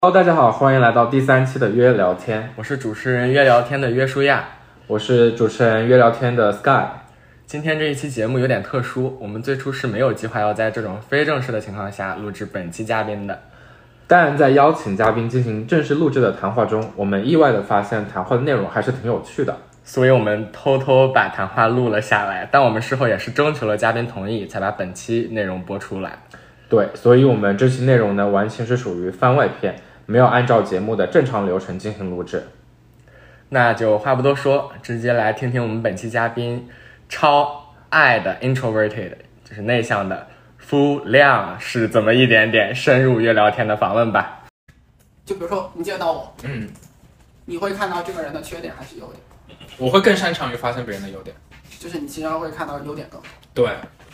Hello，大家好，欢迎来到第3期的约聊天。 我是主持人约聊天的约书亚， 我是主持人约聊天的 Sky。 今天这一期节目有点特殊，我们最初是没有计划要在这种非正式的情况下录制本期嘉宾的， 但在邀请嘉宾进行正式录制的谈话中，我们意外的发现谈话的内容还是挺有趣的， 所以我们偷偷把谈话录了下来，但我们事后也是征求了嘉宾同意才把本期内容播出来。 对，所以我们这期内容呢完全是属于番外篇，没有按照节目的正常流程进行录制。 那就话不多说，直接来听听我们本期嘉宾超爱的 introverted， 就是内向的夫亮是怎么一点点深入约聊天的访问吧。 就比如说你见到我，你会看到这个人的缺点还是优点？ 我会更擅长于发现别人的优点。 就是你其实会看到优点更多。 对。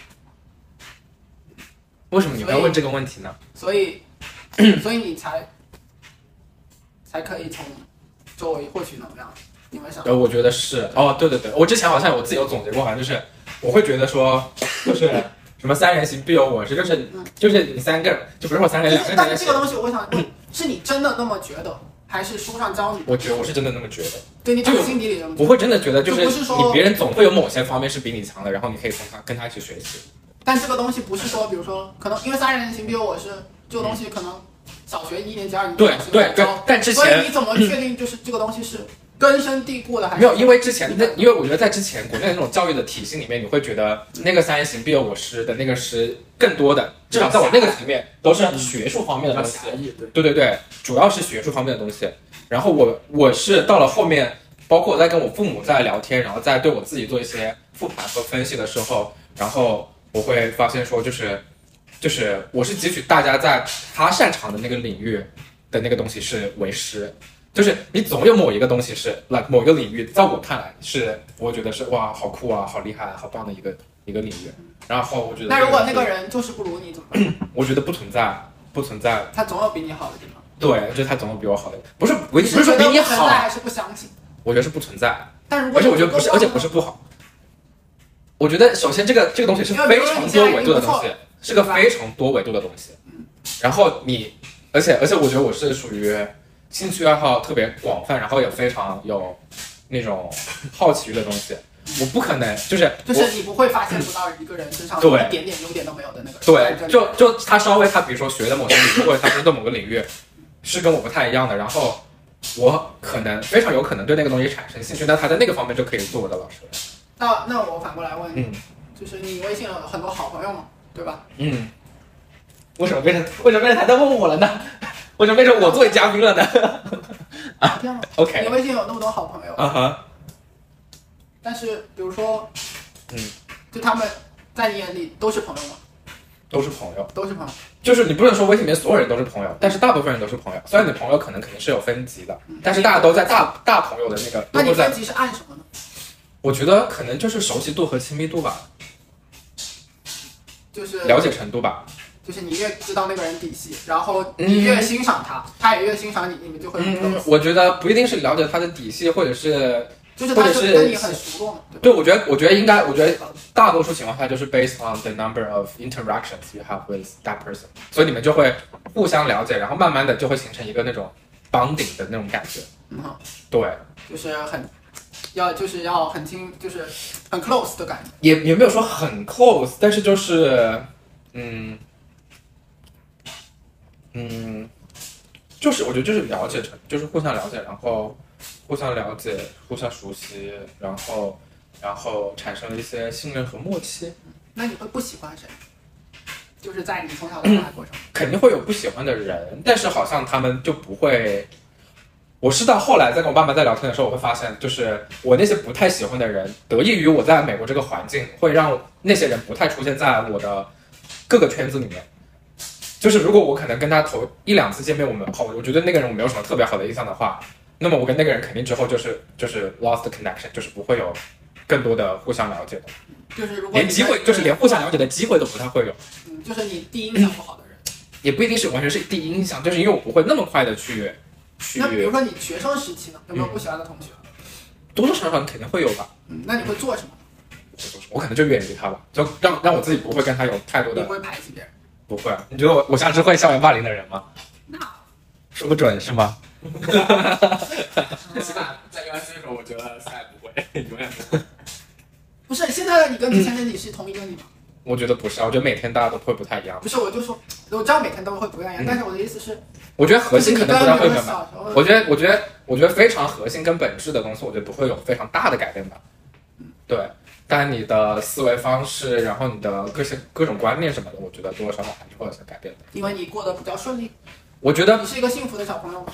为什么你会问这个问题呢？ 所以你才可以从周围获取能量。你们想？ 我觉得是。哦，对，我之前好像我自己有总结过，好像就是我会觉得说，就是什么三人行必有我师，就是你三个，就不是说三人两个人。 但是这个东西我想问，是你真的那么觉得，还是书上教你？ 我觉得我是真的那么觉得。 对，你打心底里这么觉得。 不会真的觉得就是你别人总会有某些方面是比你强的，然后你可以跟他一起学习。 但这个东西不是说，比如说，可能因为三人行必有我师这个东西，可能小学1年级、2年级对，但之前， 所以你怎么确定就是这个东西是根深蒂固的还是？ 没有，因为我觉得在之前国内的那种教育的体系里面，你会觉得那个三人行必有我师的那个师更多的，至少在我那个层面都是学术方面的东西。对，主要是学术方面的东西。然后我是到了后面，包括我在跟我父母在聊天，然后在对我自己做一些复盘和分析的时候，然后我会发现说，就是我是汲取大家在他擅长的那个领域的那个东西是为师。就是你总有某一个东西是某一个领域，在我看来是我觉得是哇好酷啊，好厉害啊，好棒的一个领域。然后我觉得那如果那个人就是不如你怎么办？ 我觉得不存在， 他总有比你好的地方。 对，就是他总有比我好的，不是说比你好， 还是不相信？我觉得是不存在。 但如果而且我觉得不是，而且不是不好。我觉得首先这个东西是非常多维度的东西，是个非常多维度的东西。然后而且我觉得我是属于兴趣爱好特别广泛，然后也非常有那种好奇的东西。我不可能就是你不会发现不到一个人身上一点点优点都没有的那个人。 对，就他稍微他比如说学的某些领域，或者他的某个领域是跟我不太一样的，然后我非常有可能对那个东西产生兴趣，那他在那个方面就可以做我的老师。 那我反过来问你，就是你微信有很多好朋友嘛，对吧？ 为什么变成他在问我了呢？为什么变成我作为嘉宾了呢？ 啊，这样 OK， 你微信有那么多好朋友但是比如说，就他们在你眼里都是朋友吗？ 都是朋友。 就是你不能说微信里面所有人都是朋友，但是大部分人都是朋友。虽然你朋友肯定是有分级的，但是大家都在大朋友的那个。 那你分级是按什么呢？ 我觉得可能就是熟悉度和亲密度吧， 就是了解程度吧。 就是你越知道那个人底细，然后你越欣赏他，他也越欣赏你，你们就会我觉得不一定是了解他的底细，或者是就是他是跟你很熟络嘛。 对，我觉得大多数情况下就是 based on the number of interactions you have with that person， 所以你们就会互相了解，然后慢慢的就会形成一个那种 bonding 的那种感觉。对， 就是要很亲，就是很 close 的感觉。 也没有说很 close， 但是就是就是我觉得就是了解就是互相了解，然后互相了解，互相熟悉，然后产生了一些信任和默契。 那你会不喜欢谁？就是在你从小到大的过程， 肯定会有不喜欢的人，但是好像他们就不会。我是到后来在跟我爸妈在聊天的时候，我会发现，就是我那些不太喜欢的人，得益于我在美国这个环境，会让那些人不太出现在我的各个圈子里面。就是如果我可能跟他头1-2次见面，我觉得那个人我没有什么特别好的印象的话，那么我跟那个人肯定之后就是 lost connection， 就是不会有更多的互相了解的。 就是如果连机会，就是连互相了解的机会都不太会有。 就是你第一印象不好的人， 也不一定是完全是第一印象，就是因为我不会那么快的去。 那比如说你学生时期呢，有没有不喜欢的同学？ 多多少少肯定会有吧。 那你会做什么？ 我可能就远离他吧，就让我自己不会跟他有太多的。 你会排挤别人？ 不会。你觉得我像是会校园霸凌的人吗？ 那说不准是吗？ 起码在USC 的时候，我觉得赛不会，永远不会。 不是现在的你跟之前的你是同一个你吗？ 我觉得不是，我觉得每天大家都会不太一样。 不是，我就说，我知道每天都会不一样，但是我的意思是， 我觉得核心可能不太会变吧。 我觉得非常核心跟本质的东西，我觉得不会有非常大的改变吧。对，但你的思维方式，然后你的各种观念什么的，我觉得多多少少还是会有些改变的。 因为你过得比较顺利， 我觉得你是一个幸福的小朋友吗？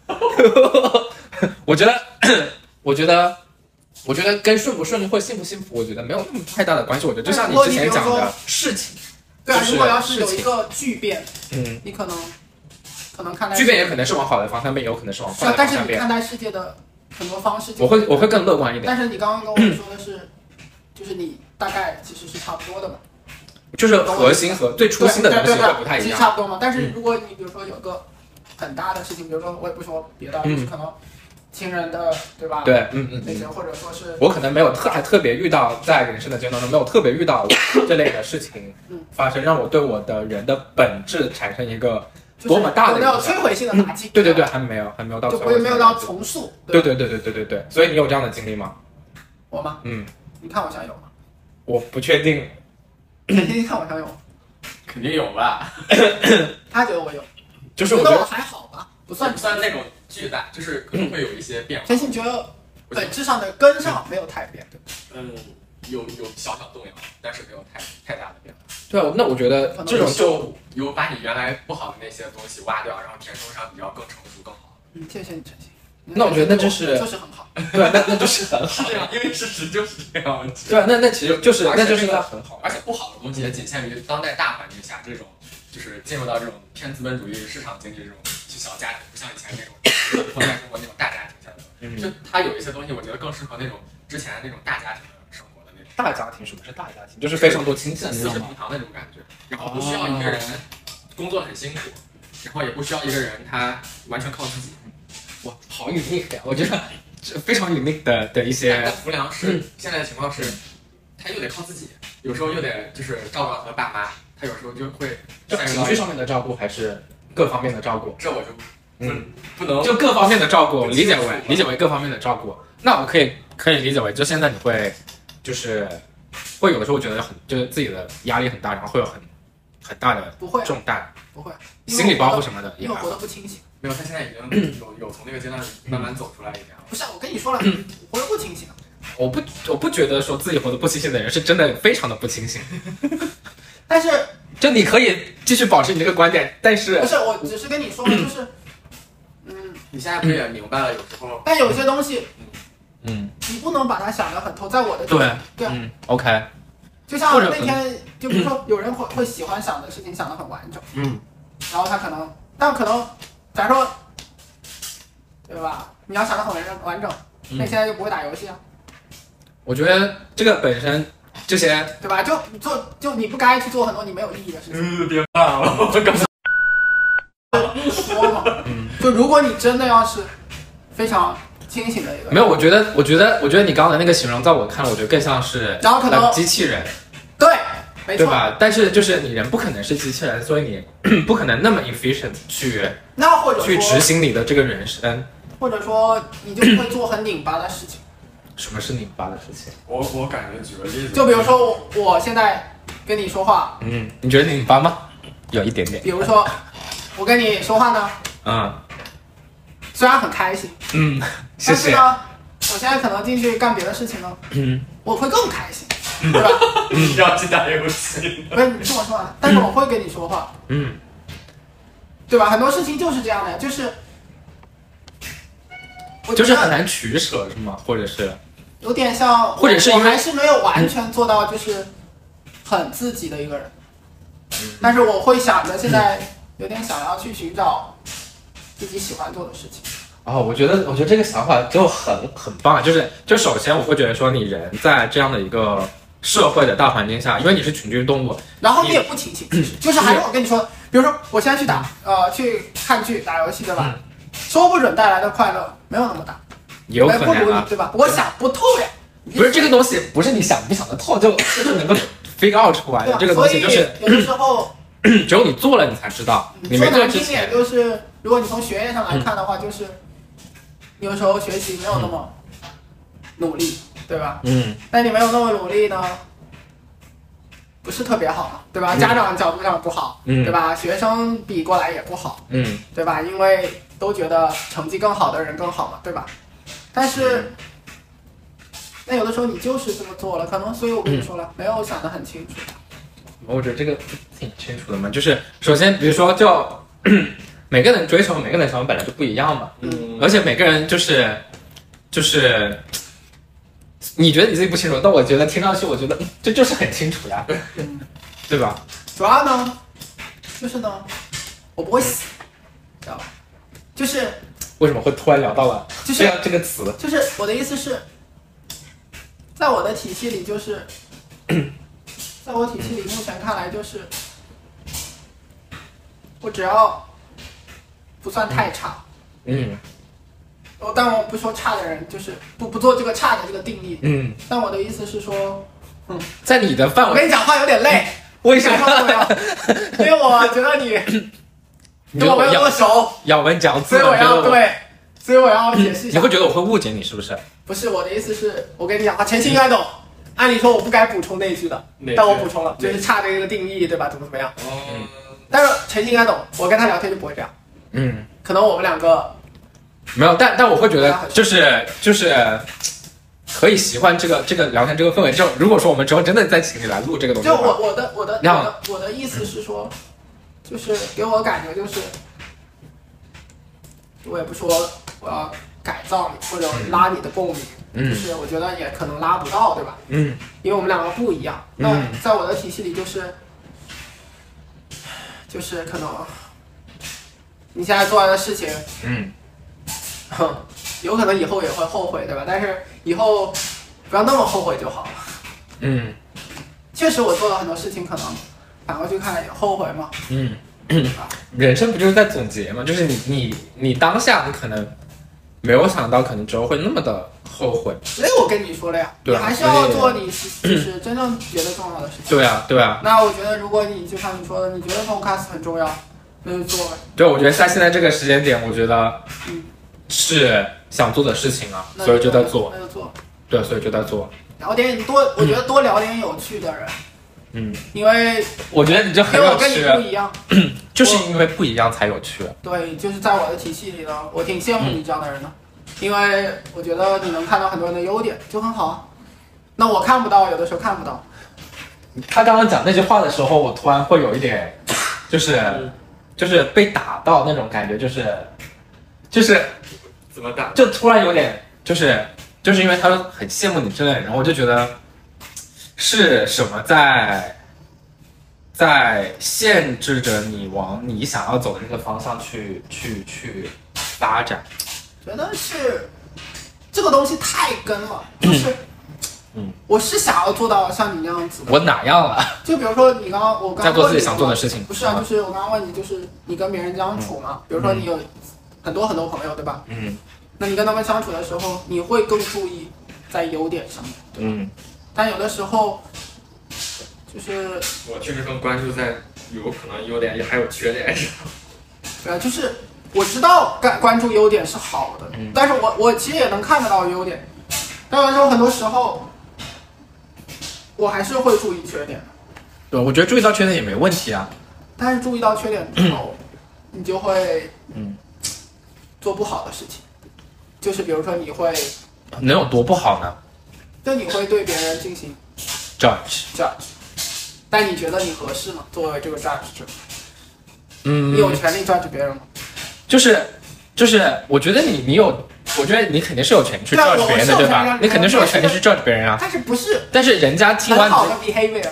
我觉得跟顺不顺利或幸不幸福，我觉得没有那么太大的关系。我觉得就像你之前讲的事情， 对啊， 就是如果要是有一个巨变，你可能看待巨变也可能是往好的方向变，也有可能是往坏的但方向变。 是你看待世界的很多方式， 我会更乐观一点。 但是你刚刚跟我说的是，就是你大概其实是差不多的嘛， 就是核心和最初心的东西会不太一其实样。 差不多嘛。但是如果你比如说有个很大的事情，比如说我也不说别的，就是可能亲人的，对吧？ 对， 那些或者说是我可能没有特别遇到在人生的阶段中没有特别遇到这类的事情发生，让我对我的人的本质产生一个多么大的没有摧毁性的打击。 对，还没有到就没有到重塑。 对。所以你有这样的经历吗？ 我吗？你看我像有吗？ 我不确定。 你看我像有吗？ 肯定有吧。 他觉得我有， 就是我觉得我还好吧，不算那种巨大，就是可能会有一些变化。 真心觉得本质上的根上没有太变。 有小小动摇，但是没有太大的变化。 对啊，那我觉得这种就有把你原来不好的那些东西挖掉，然后填充上比较更成熟更好。 谢谢你陈曦。 那我觉得那就是很好。 对，那就是很好。 是这样，因为事实就是这样。 对啊，那其实就是那就是很好。 而且不好的东西也仅限于当代大环境下这种，就是进入到这种偏资本主义市场经济这种小家庭，不像以前那种封建生活那种大家庭下的。就它有一些东西，我觉得更适合那种之前那种大家庭的生活的那种。 大家庭什么是大家庭？就是非常多亲戚的那四世种吗？ 同堂的那种感觉，然后不需要一个人工作很辛苦，然后也不需要一个人他完全靠自己。 哇，好 unique 呀！我觉得这非常 unique 的一些。 浮梁是现在的情况是，他又得靠自己，有时候又得就是照顾他的爸妈，他有时候就会情绪上面的照顾还是各方面的照顾。 这我就不能就各方面的照顾，理解为各方面的照顾。那我可以理解为，就现在你会就是会有的时候觉得就是自己的压力很大，然后会有很大的重担， 不会， 心理包袱什么的， 因为我活得不清醒。 没有，他现在已经有从那个阶段慢慢走出来一点了。 不是，我跟你说了，活得不清醒。 我不觉得说自己活得不清醒的人是真的非常的不清醒。 但是， 就你可以继续保持你这个观点，但是不是，我只是跟你说，就是你现在不也明白了？有时候， 但有些东西，你不能把它想得很透，在我的对 ，OK。 就像那天，就比如说，有人会喜欢想的事情想得很完整，然后他可能，假如说，对吧？你要想得很完整，那现在就不会打游戏啊。 我觉得这个本身这些， 对吧？就你不该去做很多你没有意义的事情。 别办了，我刚才说嘛，就如果你真的要是非常清醒的一个， 没有，我觉得你刚才那个形容，在我看来，我觉得更像是然后可能机器人， 对，没错， 对吧？但是就是你人不可能是机器人，所以你不可能那么 efficient 去执行你的这个人生， 或者说你就会做很拧巴的事情。 什么是拧巴的事情？ 我感觉举个例子， 就比如说我现在跟你说话， 你觉得拧巴吗？有一点点。 比如说我跟你说话呢，虽然很开心， 谢谢。 但是呢，我现在可能进去干别的事情呢，我会更开心，对吧？ 要去打游戏， 不是你听我说完，但是我会跟你说话，对吧？很多事情就是这样的，就是很难取舍，是吗？或者是有点像， 或者是我还是没有完全做到就是很自己的一个人，但是我会想着现在有点想要去寻找自己喜欢做的事情。 我觉得这个想法就很棒，就首先我会觉得说，你人在这样的一个社会的大环境下，因为你是群居动物， 然后你也不清醒，其实就是还是我跟你说，比如说我现在去看剧、打游戏，对吧？说不准带来的快乐没有那么大， 也有可能啊， 对吧？我想不透呀。 不是这个东西，不是你想不想得透就是能够 figure out 出来的。这个东西就是有的时候只有你做了，你才知道。你没做之前， 就是如果你从学业上来看的话，就是你有时候学习没有那么努力，对吧？但你没有那么努力呢，不是特别好嘛，对吧？家长角度上不好，对吧？学生比过来也不好，对吧？因为都觉得成绩更好的人更好嘛，对吧？但是，那有的时候你就是这么做了，可能所以我跟你说了，没有想得很清楚。 我觉得这个挺清楚的嘛，就是首先比如说就每个人追求每个人想法本来就不一样嘛，而且每个人就是你觉得你自己不清楚，但我觉得听上去我觉得这就是很清楚呀，对吧？ 主要呢，就是呢，我不会死，知道吧？就是为什么会突然聊到了这个词？ 就是我的意思是，在我的体系里，就是在我体系里，目前看来就是，我只要不算太差，但我不说差的人，就是不做这个差的这个定义，但我的意思是说， 在你的范围， 我跟你讲话有点累， 为什么？ 因为我觉得你跟我没有那么熟， 咬文嚼字， 所以我要解释一下。 你会觉得我会误解你是不是？ 不是，我的意思是，我跟你讲话，陈鑫应该懂。按理说我不该补充那一句的，但我补充了，就是差这个定义，对吧？怎么样？但是陈鑫应该懂，我跟他聊天就不会这样。可能我们两个没有，但我会觉得就是可以习惯这个聊天这个氛围。就如果说我们之后真的在请你来录这个东西的话， 就我的意思是说，就是给我感觉就是，我也不说我要改造你或者拉你的共鸣。就是我觉得也可能拉不到，对吧？因为我们两个不一样。那在我的体系里，就是可能你现在做的事情，有可能以后也会后悔，对吧？但是以后不要那么后悔就好了。确实我做了很多事情，可能反过去看也后悔嘛。 人生不就是在总结吗？就是你当下你可能没有想到，可能之后会那么的后悔。 所以我跟你说了呀，你还是要做你就是真正觉得重要的事情。 对啊。 那我觉得，如果你就像你说的，你觉得 podcast 很重要，那就做呗。 对，我觉得在现在这个时间点，我觉得是想做的事情啊，所以就在做。 那就做。 对，所以就在做。 聊点我觉得多聊点有趣的人。因为我觉得你就很有趣， 因为我跟你不一样， 就是因为不一样才有趣。 对，就是在我的体系里呢，我挺羡慕你这样的人的。因为我觉得你能看到很多人的优点，就很好啊。那我看不到，有的时候看不到。 他刚刚讲那句话的时候，我突然会有一点，就是被打到那种感觉，就是怎么打？ 就突然有点，就是因为他说很羡慕你之类的，然后我就觉得是什么在限制着你往你想要走的那个方向去发展。 觉得是这个东西太根了，就是我是想要做到像你那样子的。 我哪样了？ 就比如说我刚在做自己想做的事情。 不是啊，就是我刚刚问你，就是你跟别人相处嘛，比如说你有很多朋友，对吧？那你跟他们相处的时候，你会更注意在优点上，对吧？但有的时候就是我确实更关注在有可能优点也还有缺点上。 对啊，就是我知道关注优点是好的，但是我其实也能看得到优点，但有的时候很多时候我还是会注意缺点的。 对，我觉得注意到缺点也没问题啊。 但是注意到缺点之后，你就会做不好的事情，就是比如说你会能有多不好呢？ 就你会对别人进行 judge， 但你觉得你合适吗？作为这个 judge 者，你有权利 judge 别人吗？ 就是我觉得你有，我觉得你肯定是有权利去 judge 别人的，对吧？你肯定是有权利去 judge 别人啊。 但是不是？ 但是人家听完很好的 behavior，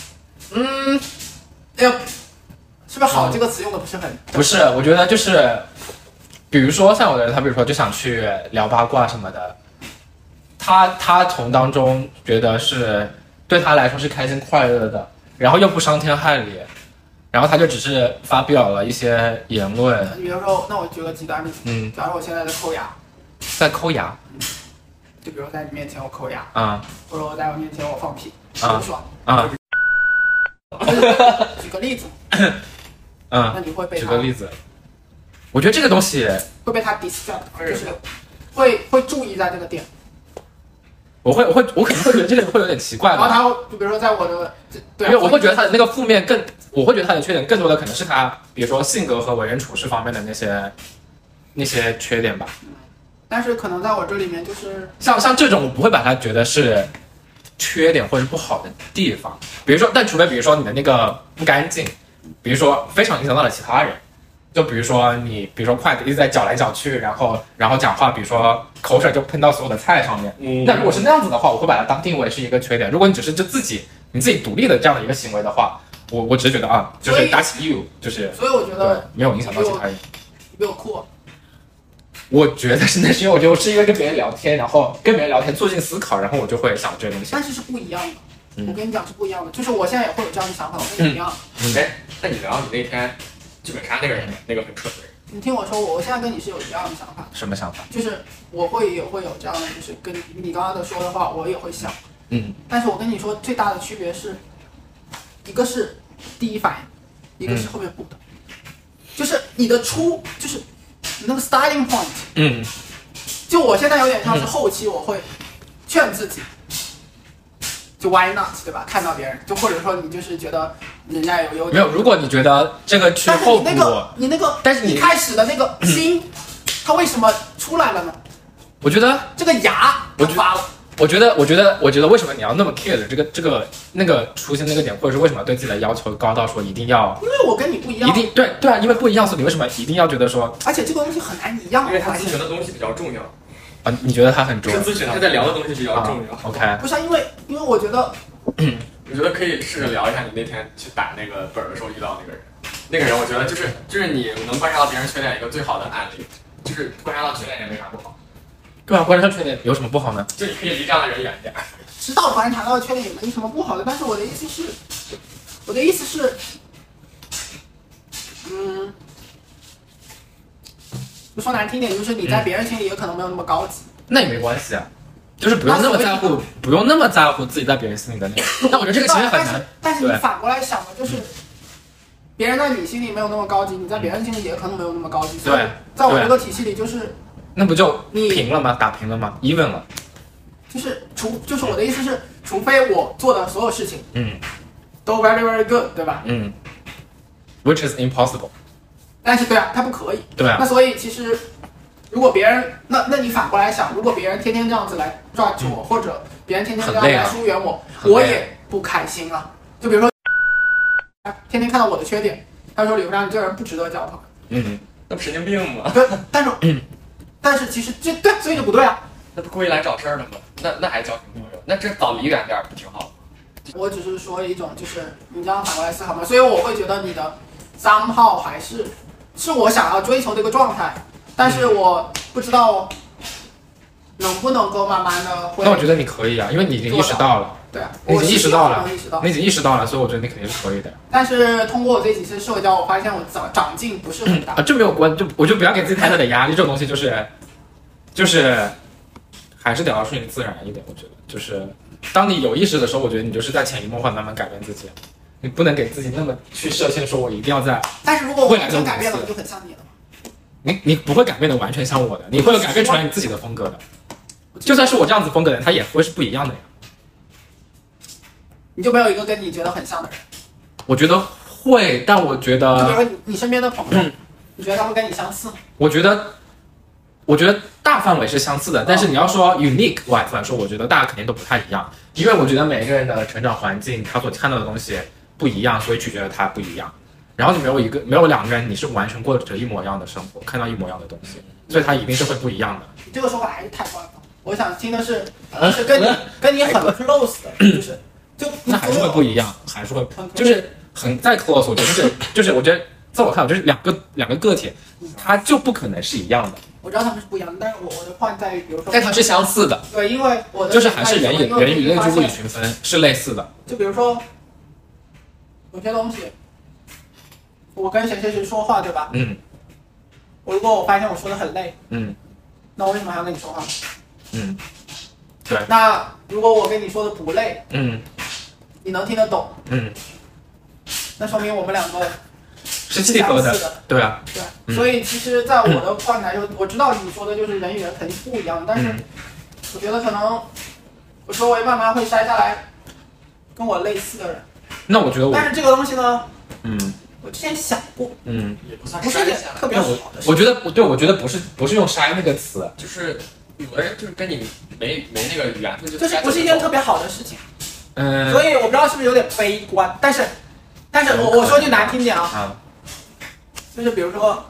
是不是好这个词用的不是很？ 不是，我觉得就是，比如说像有的人，他比如说就想去聊八卦什么的，他从当中觉得是对他来说是开心快乐的，然后又不伤天害理。然后他就只是发表了一些言论， 比如说，那我举个极端例子，假如我现在在抠牙， 在抠牙， 就比如在你面前我抠牙或者我在我面前我放屁，不爽举个例子，那你会被举个例子， 我觉得这个东西会被他 distract， 就是会注意在这个点。 我可能会觉得这个会有点奇怪吧。 然后他就比如说在我的，对， 因为我会觉得他的那个负面我会觉得他的缺点更多的可能是他，比如说性格和为人处事方面的那些缺点吧。 但是可能在我这里面就是像这种，我不会把它觉得是缺点或者是不好的地方。比如说，但除非比如说你的那个不干净，比如说非常影响到了其他人。就比如说筷子一直在搅来搅去，然后讲话，比如说口水就喷到所有的菜上面。那如果是那样子的话，我会把它定为是一个缺点。如果你只是你自己独立的这样的一个行为的话，我只是觉得啊，就是 that's you， 就是。 所以我觉得没有影响到其他人。 你比我酷。 我觉得是那是因为我觉得我是因为跟别人聊天，然后跟别人聊天促进思考，然后我就会想这个东西。 但是是不一样的。我跟你讲是不一样的，就是我现在也会有这样的想法，我跟你一样。 那你聊你那天。剧本杀那个人，那个很蠢的人。 你听我说，我现在跟你是有一样的想法。 什么想法？ 就是我也会有这样的，就是跟你刚刚的说的话，我也会想。但是我跟你说，最大的区别是，一个是第一反应，一个是后面补的。就是你的就是你那个 starting point。就我现在有点像是后期，我会劝自己。就 why not 对吧？看到别人，就或者说你就是觉得人家有优点。 没有，如果你觉得这个去后补， 你那个， 但是你开始的那个心，它为什么出来了呢？ 我觉得这个牙发了。 我觉得为什么你要那么 care 的这个那个出现那个点，或者是为什么对自己的要求高到说一定要？ 因为我跟你不一样。 一定对啊，因为不一样，所以你为什么一定要觉得说？ 而且这个东西很难一样。 因为他咨询的东西比较重要。 啊，你觉得他很重要？ 咨询他在聊的东西比较重要。 OK。 不是因为我觉得。 我觉得可以试着聊一下你那天去打那个本的时候遇到那个人。那个人，我觉得就是你能观察到别人缺点一个最好的案例，就是观察到缺点也没啥不好。 对啊，观察到缺点有什么不好呢？ 就你可以离这样的人远一点。 知道观察到缺点也没什么不好的，但是我的意思是，就说难听点，就是你在别人心里也可能没有那么高级。 那也没关系啊。就是不用那么在乎自己在别人心里的那个。但我觉得这个其实很难。 但是你反过来想的就是，别人在你心里没有那么高级，你在别人心里也可能没有那么高级。所以在我这个体系里，就是那不就平了吗？打平了吗 ？even 了。 就是我的意思是，除非我做的所有事情，都 very very good， 对吧 ？Which is impossible。 但是对啊，它不可以。 对啊。 那所以其实。如果别人那你反过来想，如果别人天天这样子来抓住我，或者别人天天这样来疏远我，我也不开心啊。就比如说，天天看到我的缺点，他说李部长你这个人不值得交朋友。 那不神经病吗？ 对，但是其实这对，所以就不对啊。 那不故意来找事儿的吗？那还交什么朋友？那这早离远点不挺好？ 我只是说一种，就是你这样反过来思考嘛，所以我会觉得你的somehow还是我想要追求的一个状态。但是我不知道能不能够慢慢的。 那我觉得你可以啊，因为你已经意识到了。 对啊， 你已经意识到了， 你已经意识到了，所以我觉得你肯定是可以的。 但是通过我这几次社交，我发现我长进不是很大。 这没有关，我就不要给自己太大的压力。这种东西就是还是得要顺其自然一点。我觉得就是当你有意识的时候，我觉得你就是在潜移默化慢慢改变自己。你不能给自己那么去设限，说我一定要在。 但是如果我完全改变了，我就很像你了。 你不会改变的完全像我的，你会有改变出来你自己的风格的。就算是我这样子风格的人，他也会是不一样的呀。 你就没有一个跟你觉得很像的人？ 我觉得会，但我觉得， 就比如说你身边的朋友，你觉得他们跟你相似吗？ 我觉得大范围是相似的，但是你要说 unique wise 来说，我觉得大家肯定都不太一样，因为我觉得每一个人的成长环境，他所看到的东西不一样，所以取决于他不一样。然后你没有两个人，你是完全过着一模一样的生活，看到一模一样的东西，所以它一定是会不一样的。 你这个说法还是太官方。我想听的是跟你很 close 的，就那还是会不一样，还是会就是很再 close， 我觉得就是我觉得在我看来，就是两个个体，它就不可能是一样的。 我知道他们是不一样的，但是我的 point 在于，比如说， 但它是相似的。 对，因为我的就是还是人与类聚，物以群分，是类似的。 就比如说有些东西。我跟谁说话，对吧？如果我发现我说的很累，那我为什么还要跟你说话？ 对。 那如果我跟你说的不累，你能听得懂，那说明我们两个是契合的。 对啊， 对，所以其实，在我的观点来说，我知道你说的就是人与人肯定不一样，但是我觉得可能我周围慢慢会筛下来跟我类似的人。 那我觉得但是这个东西呢，我之前想过， 也不算不是一件特别好的事。 我觉得不是用筛那个词， 就是有的人就是跟你没那个缘分， 就是不是一件特别好的事情。所以我不知道是不是有点悲观，但是我说句难听点啊，就是比如说，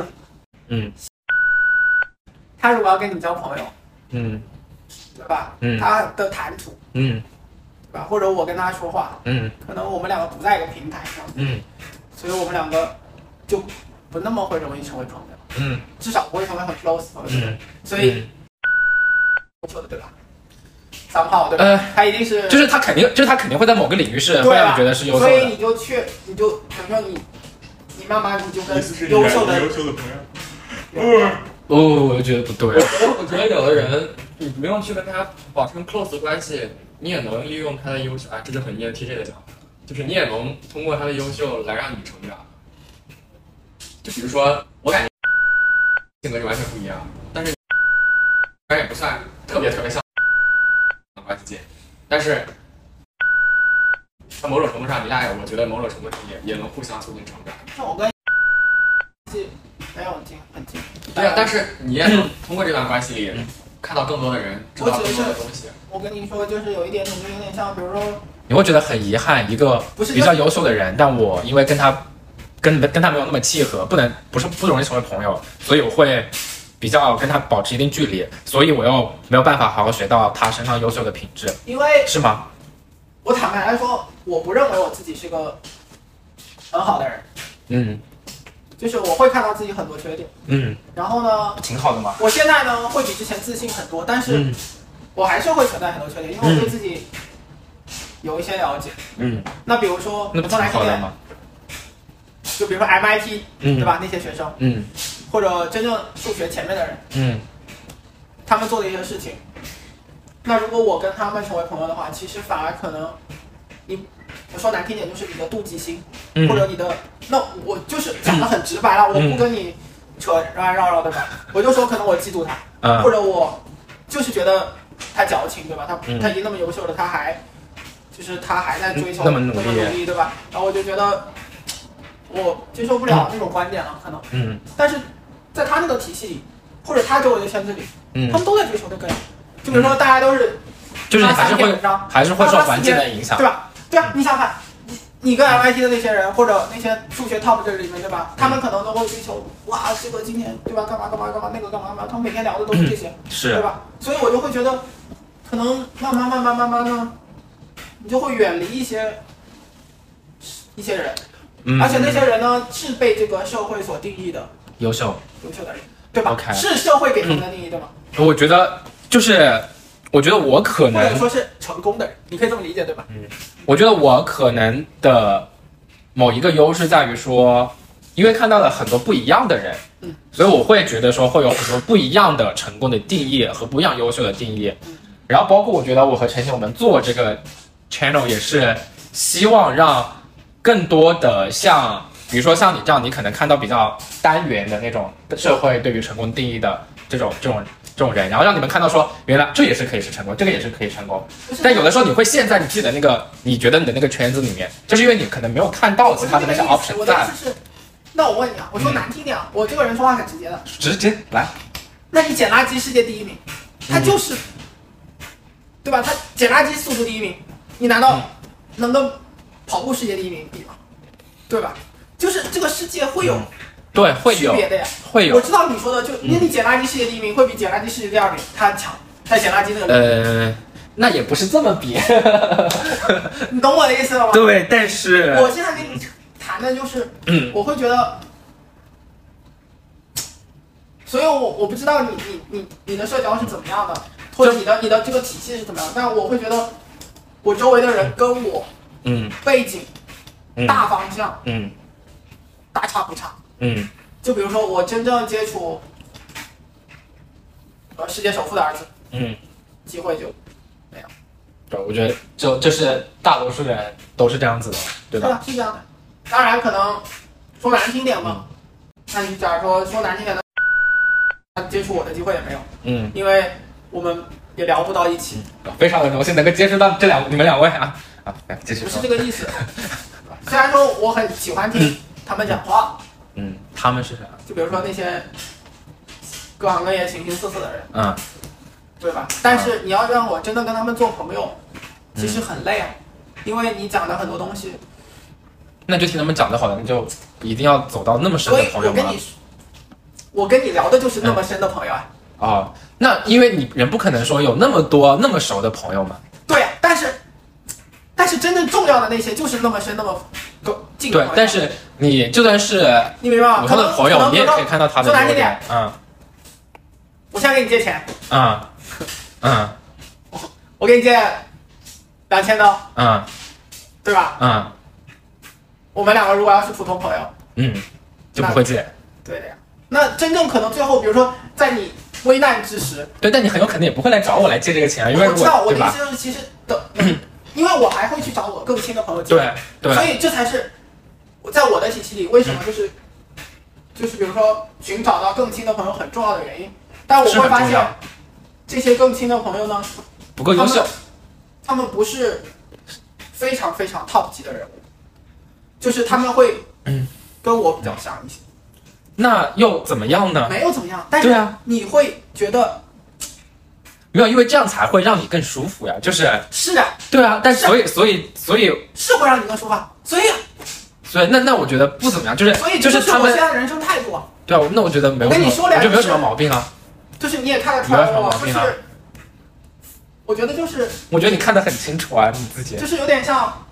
他如果要跟你交朋友，对吧？他的谈吐，对吧？或者我跟他说话，可能我们两个不在一个平台上，所以我们两个就不那么会容易成为朋友，至少不会成为很 close 的朋友，所以，错的对吧？somehow对吧？他一定是， 就是他肯定会在某个领域是会让你觉得是优秀的， 所以你就比如说你慢慢你就跟优秀的朋友。 我觉得不对。 我觉得有的人，你不用去跟他保持 close 的关系，你也能利用他的优秀啊，这就很 ENTJ 的讲法，就是你也能通过他的优秀来让你成长。就比如说，我感觉性格就完全不一样，但是也不算特别像关系界，但是在某种程度上，你俩我觉得某种程度上也能互相促进成长。 那我跟没有很近。 对啊，但是你也能通过这段关系里看到更多的人，知道更多的东西。 我跟你说，就是有一点，有点像，比如说， 你会觉得很遗憾，一个比较优秀的人，但我因为跟他没有那么契合，不容易成为朋友，所以我会比较跟他保持一定距离，所以我又没有办法好好学到他身上优秀的品质。 因为是吗？ 我坦白来说，我不认为我自己是个很好的人。就是我会看到自己很多缺点，然后呢， 挺好的嘛。 我现在呢会比之前自信很多，但是我还是会存在很多缺点，因为我对自己有一些了解。那比如说， 那不挺好的吗？ 就比如说 MIT，对吧？那些学生，或者真正数学前面的人，他们做的一些事情，那如果我跟他们成为朋友的话，其实反而可能我说难听点，就是你的妒忌心，或者你的，那我就是讲得很直白了，我不跟你扯绕来绕绕，对吧？我就说可能我嫉妒他，或者我就是觉得他矫情，对吧？他已经那么优秀了，他还在追求那么努力，对吧？然后我就觉得我接受不了那种观点了，可能，但是在他那个体系里，或者他周围的圈子里，他们都在追求这个，就比如说大家都是， 就是你还是会受环境的影响， 对吧？对啊，你想看，你跟 MIT 的那些人，或者那些数学 top 这里面，对吧？他们可能都会追求，哇，这个今天对吧？干嘛，那个干嘛，他们每天聊的都是这些，对吧？所以我就会觉得，可能慢慢呢，你就会远离一些人，而且那些人呢是被这个社会所定义的优秀的人，对吧？是社会给他们的定义，对吗？ 我觉得我可能， 或者说是成功的人，你可以这么理解，对吧？ 我觉得我可能的某一个优势在于说，因为看到了很多不一样的人，所以我会觉得说会有很多不一样的成功的定义和不一样优秀的定义。然后包括我觉得我和晨曦我们做这个 channel 也是希望让更多的比如说像你这样，你可能看到比较单元的那种社会对于成功定义的这种人，然后让你们看到说，原来这也是可以是成功，这个也是可以成功。但有的时候你会陷在你自己的那个，你觉得你的那个圈子里面，就是因为你可能没有看到其他的那些 option 我的意思是，那我问你啊，我说难听点啊，我这个人说话很直接的， 直接来。 那你捡垃圾世界第一名，他就是，对吧？他捡垃圾速度第一名，你难道能跟跑步世界第一名比吗？对吧？就是这个世界会有。 对，会有区别的呀， 会有。 我知道你说的，就因为你捡垃圾世界第一名会比捡垃圾世界第二名他强，在捡垃圾那个那也不是这么比， 你懂我的意思了吗？ 对，但是我现在跟你谈的就是，我会觉得，所以我不知道你的社交是怎么样的，或者你的这个体系是怎么样的，但我会觉得，我周围的人跟我，背景，大方向，大差不差。就比如说我真正接触世界首富的儿子，机会就没有。 对，我觉得这是大多数人都是这样子的，对吧？ 是这样的。当然可能说难听点嘛，那你假如说难听点的，接触我的机会也没有，因为我们也聊不到一起。 非常的荣幸能够接触到你们两位啊，继续说。 不是这个意思。虽然说我很喜欢听他们讲话， 他们是啥？ 就比如说那些各行各业形形色色的人，对吧？但是你要让我真的跟他们做朋友，其实很累啊，因为你讲的很多东西。 那就听他们讲的好了，你就一定要走到那么深的朋友吗？ 我跟你聊的就是那么深的朋友啊。 那因为你人不可能说有那么多那么熟的朋友嘛。 对呀，但是真正重要的那些就是那么深那么近的朋友。 对，但是你就算是你明白吗？ 普通的朋友，你也可以看到他的优点。 我现在给你借钱。我给你借2000刀。对吧？我们两个如果要是普通朋友， 就不会借。 对的呀。那真正可能最后，比如说在你危难之时， 对，但你很有可能也不会来找我来借这个钱，因为我知道我的意思就是，其实因为我还会去找我更亲的朋友借。 对， 所以这才是在我的体系里为什么就是比如说寻找到更亲的朋友很重要的原因。但我会发现这些更亲的朋友呢不够优秀， 他们不是非常非常 top 级的人物，就是他们会跟我比较像一些。 那又怎么样呢？ 没有怎么样，但是你会觉得没有，因为这样才会让你更舒服呀。是的，对啊，但所以是会让你更舒服，所以那我觉得不怎么样，就是他们我现在的人生态度啊。 对啊，那我觉得没有什么，我觉得没有什么毛病啊。 就是你也看得出来我就是我觉得我觉得你看得很清楚啊，你自己就是有点像。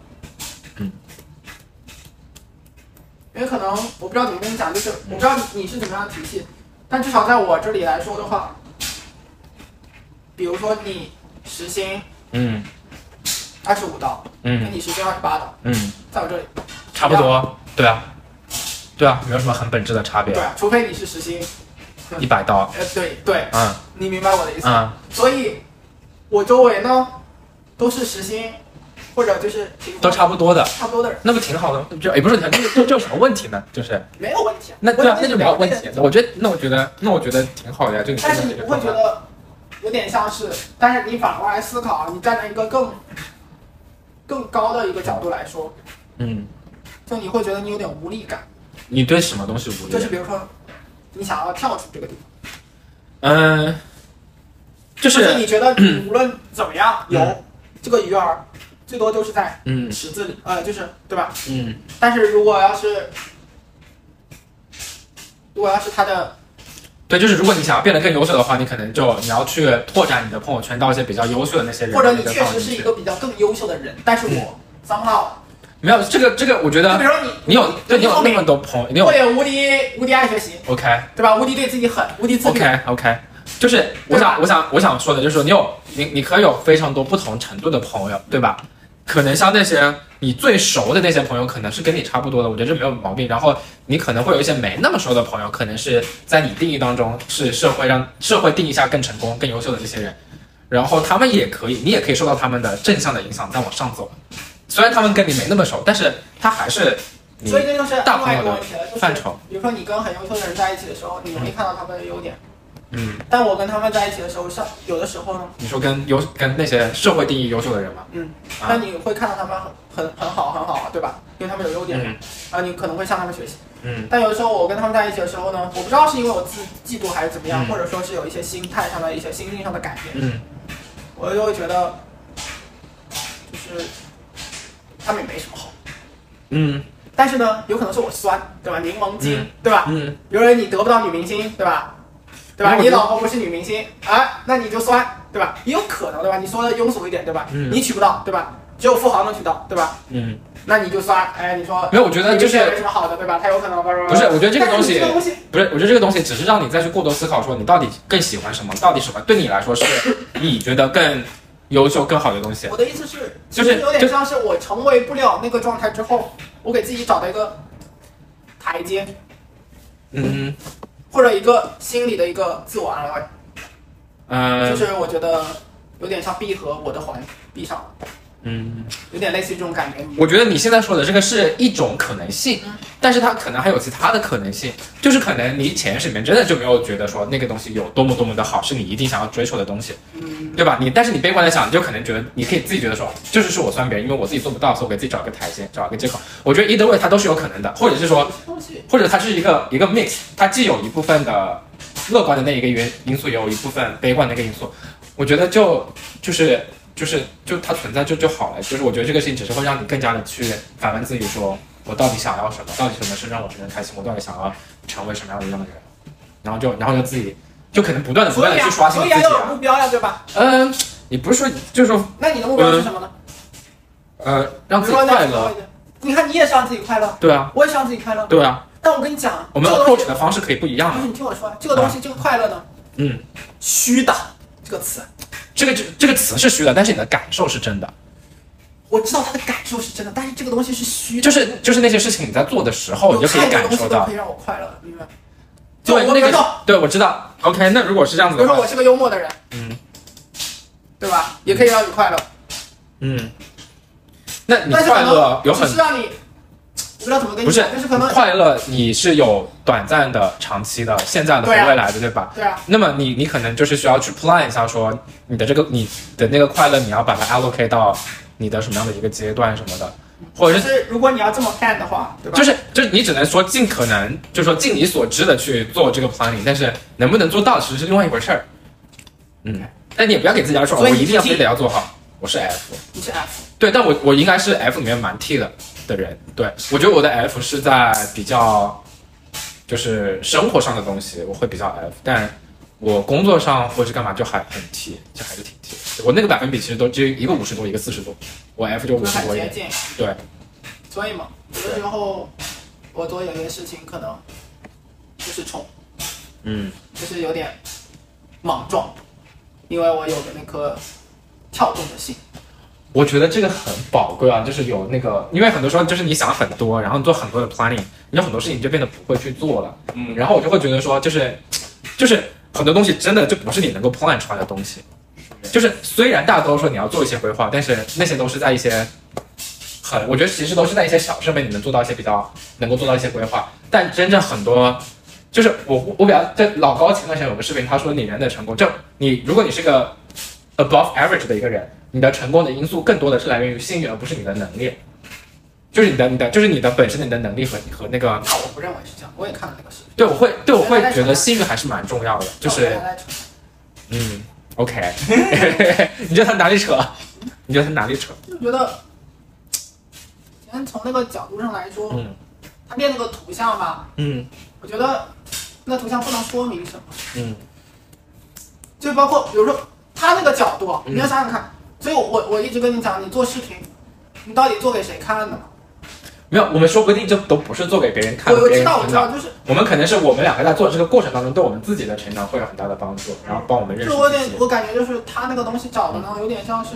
因为可能我不知道怎么跟你讲，就是我不知道你是怎么样的体系，但至少在我这里来说的话，比如说你时薪25刀，你时薪28刀，在我这里差不多，对啊，没有什么很本质的差别， 对啊，除非你是时薪 100刀， 对，你明白我的意思，所以我周围呢都是时薪。或者就是都差不多的人， 那不挺好的？就也不是挺，这有什么问题呢？就是没有问题。 那对啊，那就没有问题。我觉得挺好的呀。 但是你不会觉得有点像是？但是你反过来思考，你站在一个更高的一个角度来说，就你会觉得你有点无力感。 你对什么东西无力？ 就是比如说，你想要跳出这个地方。就是你觉得你无论怎么样有这个鱼饵。最多就是在池子里，就是对吧？但是如果要是他的， 对，就是如果你想要变得更优秀的话，你可能你要去拓展你的朋友圈到一些比较优秀的那些人， 或者你确实是一个比较更优秀的人，但是我somehow 没有这个，我觉得， 就比如说你有那么多朋友，你有无敌爱学习 ，OK， 对吧？无敌对自己狠，无敌自律 ，OK， 就是我想说的就是说你可以有非常多不同程度的朋友，对吧？可能像那些你最熟的那些朋友，可能是跟你差不多的，我觉得这没有毛病。然后你可能会有一些没那么熟的朋友，可能是在你定义当中是社会定义下更成功、更优秀的这些人，然后他们你也可以受到他们的正向的影响，再往上走。虽然他们跟你没那么熟，但是他还是所以这就是大朋友的范畴。比如说你跟很优秀的人在一起的时候，你容易看到他们的优点。但我跟他们在一起的时候，有的时候呢， 你说跟那些社会定义优秀的人嘛， 那你会看到他们很好，对吧？因为他们有优点，你可能会向他们学习，但有的时候我跟他们在一起的时候呢，我不知道是因为我嫉妒还是怎么样，或者说是有一些心态上的一些心境上的改变，我就会觉得，就是他们也没什么好，但是呢，有可能是我酸，对吧？柠檬精，对吧？比如说你得不到女明星，对吧？你老婆不是女明星，那你就酸，对吧？也有可能，对吧？你说的庸俗一点，对吧？你娶不到，对吧？只有富豪能娶到，对吧？那你就酸，你说没有？我觉得就是没什么好的，对吧？他有可能不是，我觉得这个东西不是，我觉得这个东西只是让你再去过多思考，说你到底更喜欢什么，到底什么对你来说是你觉得更优秀、更好的东西。 我的意思是，就是有点像是我成为不了那个状态之后，我给自己找到一个台阶，或者一个心理的一个自我安慰，就是我觉得有点像闭合我的环闭上了， 有点类似于这种感觉。 我觉得你现在说的这个是一种可能性，但是它可能还有其他的可能性，就是可能你潜意识里面真的就没有觉得说那个东西有多么多么的好，是你一定想要追求的东西，对吧？但是你悲观的想，你就可能觉得你可以自己觉得说，就是我酸别人，因为我自己做不到，所以我给自己找一个台阶，找一个借口。我觉得 either way 它都是有可能的，或者是说，或者它是一个 mix， 它既有一部分的乐观的那一个因素，也有一部分悲观的一个因素。我觉得就它存在就好了，就是我觉得这个事情只是会让你更加的去反问自己说，我到底想要什么，到底什么是让我真正开心，我到底想要成为什么样的一个人，然后就自己就可能不断的去刷新自己所以要有目标呀，对吧？ 你不是说就是说， 那你的目标是什么呢？ 让自己快乐。 你看你也是让自己快乐， 对啊， 我也是让自己快乐， 对啊。 但我跟你讲， 我们 approach 的方式可以不一样。 不是你听我说，这个东西，这个快乐呢，虚的这个词。 这个词是虚的，但是你的感受是真的。 我知道他的感受是真的，但是这个东西是虚的。 就是那些事情你在做的时候，你就可以感受到。 可以让我快乐，明白？ 对，那个对我知道。OK， 那如果是这样子的话， 比如说我是个幽默的人，对吧？也可以让你快乐。 那你快乐有很只是让你，我不知道怎么跟你不是， 就是可能快乐你是有短暂的、长期的、现在的和未来的，对吧？ 对啊。 那么你可能就是需要去 plan 一下，说你的那个快乐，你要把它 allocate 到你的什么样的一个阶段什么的，或者是如果你要这么 plan 的话，对吧？ 就是你只能说尽可能，就是说尽你所知的去做这个 planning， 但是能不能做到其实是另外一回事儿。但你也不要给自己要求，我一定要非得要做好。我是 F， 你是 F， 对，但我应该是 F 里面蛮 T 的人。对，我觉得我的 F 是在比较就是生活上的东西我会比较 F， 但我工作上或者干嘛就还很 T， 就还是挺 T。我那个百分比其实都就一个50多，一个40多，我 F 就50多一点。对， 所以嘛，有的时候我做有些事情可能就是冲，就是有点莽撞，因为我有的那颗跳动的心。 我觉得这个很宝贵啊，就是有那个，因为很多时候就是你想很多，然后做很多的 planning， 你有很多事情就变得不会去做了。然后我就会觉得说，就是很多东西真的就不是你能够 plan 出来的东西。就是虽然大家都说你要做一些规划，但是那些都是在一些我觉得其实都是在一些小事上面你能做到一些能够做到一些规划，但真正很多就是我比较在老高前段时间有个视频，他说你人的成功，就如果你是个 above average 的一个人，你的成功的因素更多的是来源于幸运，而不是你的能力。就是你的本身的你的能力和那个。 我不认为是这样，我也看了那个视频。 对，我会觉得幸运还是蛮重要的，就是OK， 你觉得他哪里扯？你觉得他哪里扯？ 就觉得，先从那个角度上来说，他练那个图像吧，我觉得那图像不能说明什么，就包括比如说他那个角度，你要想想看，所以我一直跟你讲，你做视频，你到底做给谁看的嘛？ 没有，我们说不定就都不是做给别人看。 我知道，就是我们可能是我们两个在做这个过程当中，对我们自己的成长会有很大的帮助，然后帮我们认识自己。 我感觉就是他那个东西找的呢，有点像是，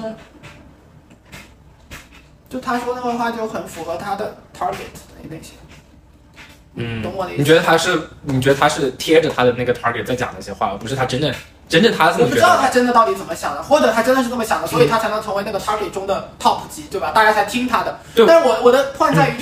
就他说那个话就很符合他的 target 的那些。懂我的意思？ 你觉得他是贴着他的那个 target 在讲那些话，而不是他真正他这么觉得？ 我不知道他真的到底怎么想的，或者他真的是这么想的，所以他才能成为那个 target 中的 top 级，对吧？大家才听他的。但是我的 point 在于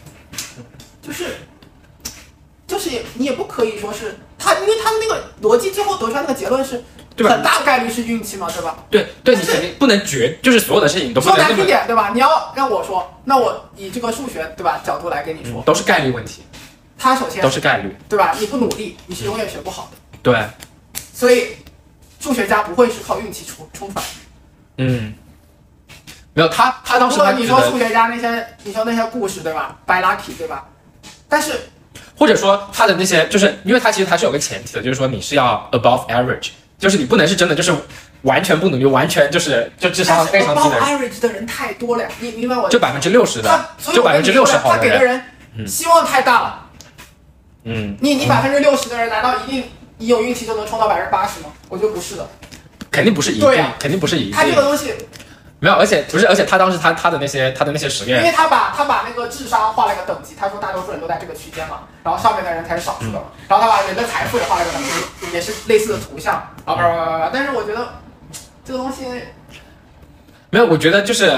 就是你也不可以说是他，因为他那个逻辑最后得出来那个结论是很大概率是运气嘛，对吧？对， 你肯定不能就是所有的事情都不能说难听点，对吧？你要让我说，那我以这个数学对吧角度来跟你说， 都是概率问题。 他首先都是概率， 对吧？你不努力，你是永远学不好的。 对， 所以数学家不会是靠运气冲出来的。 没有他当时你说数学家你说那些故事对吧 ？by lucky 对吧？但是或者说他的那些，就是因为他其实他是有个前提的，就是说你是要 above average， 就是你不能是真的就是完全不努力，完全就智商非常低的人。 above average 的人太多了呀，你明白我？ 就60%的，就60%好的人。 他给的人希望太大了。你60%的人难道一定你有运气就能冲到80%吗？我觉得不是的， 肯定不是一定，肯定不是一定。 他这个东西没有，而且他当时他的那些实验， 因为他把那个智商画了一个等级，他说大多数人都在这个区间嘛，然后上面的人才是少数的嘛，然后他把人的财富也画了一个等级，也是类似的图像，但是我觉得这个东西没有，我觉得就是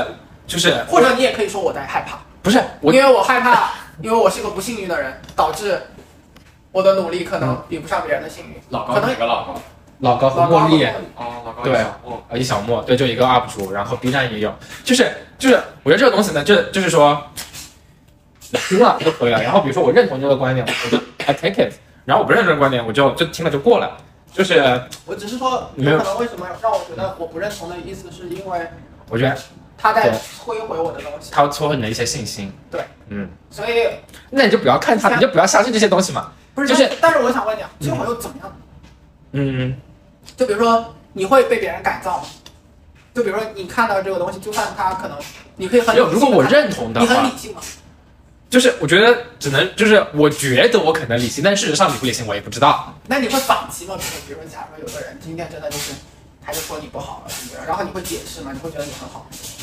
就是或者你也可以说我在害怕， 不是我， 因为我害怕，因为我是个不幸运的人，导致我的努力可能比不上别人的幸运。 老高哪个老高？ 老高和茉莉， 老高对，一小莫，对，就一个 UP 主，然后 B 站也有，就是我觉得这个东西呢，就是说，听了就可以了。然后比如说我认同这个观点，我就 I take it， 然后我不认同这个观点，我就听了就过了。就是我只是说，有可能为什么让我觉得我不认同的意思，是因为我觉得他在摧毁我的东西， 他会摧毁你的一些信心。 对， 嗯， 所以那你就不要看他，你就不要相信这些东西嘛。 不是， 就是， 但是我想问你啊，摧毁又怎么样？ 嗯， 就比如说你会被别人改造吗？就比如说你看到这个东西，就算他可能你可以很理性的， 如果我认同的话， 你很理性吗？ 就是我觉得只能就是我觉得我可能理性，但事实上理不理性我也不知道。 那你会反击吗？比如说假如有个人今天真的就是他就说你不好了，然后你会解释吗？你会觉得你很好？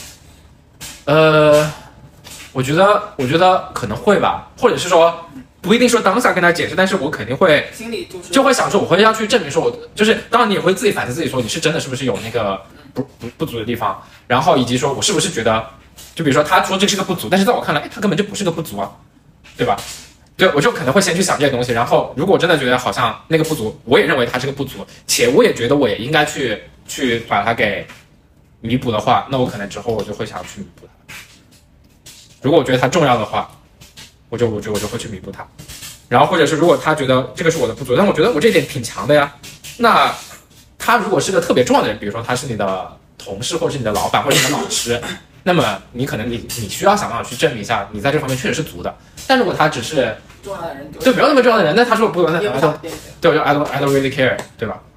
我觉得可能会吧，或者是说不一定说当下跟他解释，但是我肯定会心里就会想说，我会要去证明说我就是，当然你也会自己反思自己说你是真的是不是有那个不足的地方，然后以及说我是不是觉得。就比如说他说这是个不足，但是在我看来，他根本就不是个不足啊，对吧？对，我就可能会先去想这些东西，然后如果我真的觉得好像那个不足，我也认为它是个不足，且我也觉得我也应该去把它给弥补的话，那我可能之后我就会想去弥补它。如果我觉得它重要的话，我就会去弥补它。然后或者是如果他觉得这个是我的不足，但我觉得我这一点挺强的呀，那他如果是个特别重要的人，比如说他是你的同事，或者是你的老板，或者是你的老师。那么你可能你需要想办法去证明一下你在这方面确实是足的，但如果他只是重要的人， 对没有那么重要的人，那他说不足，那他就对，我就 I don't really care， 对吧？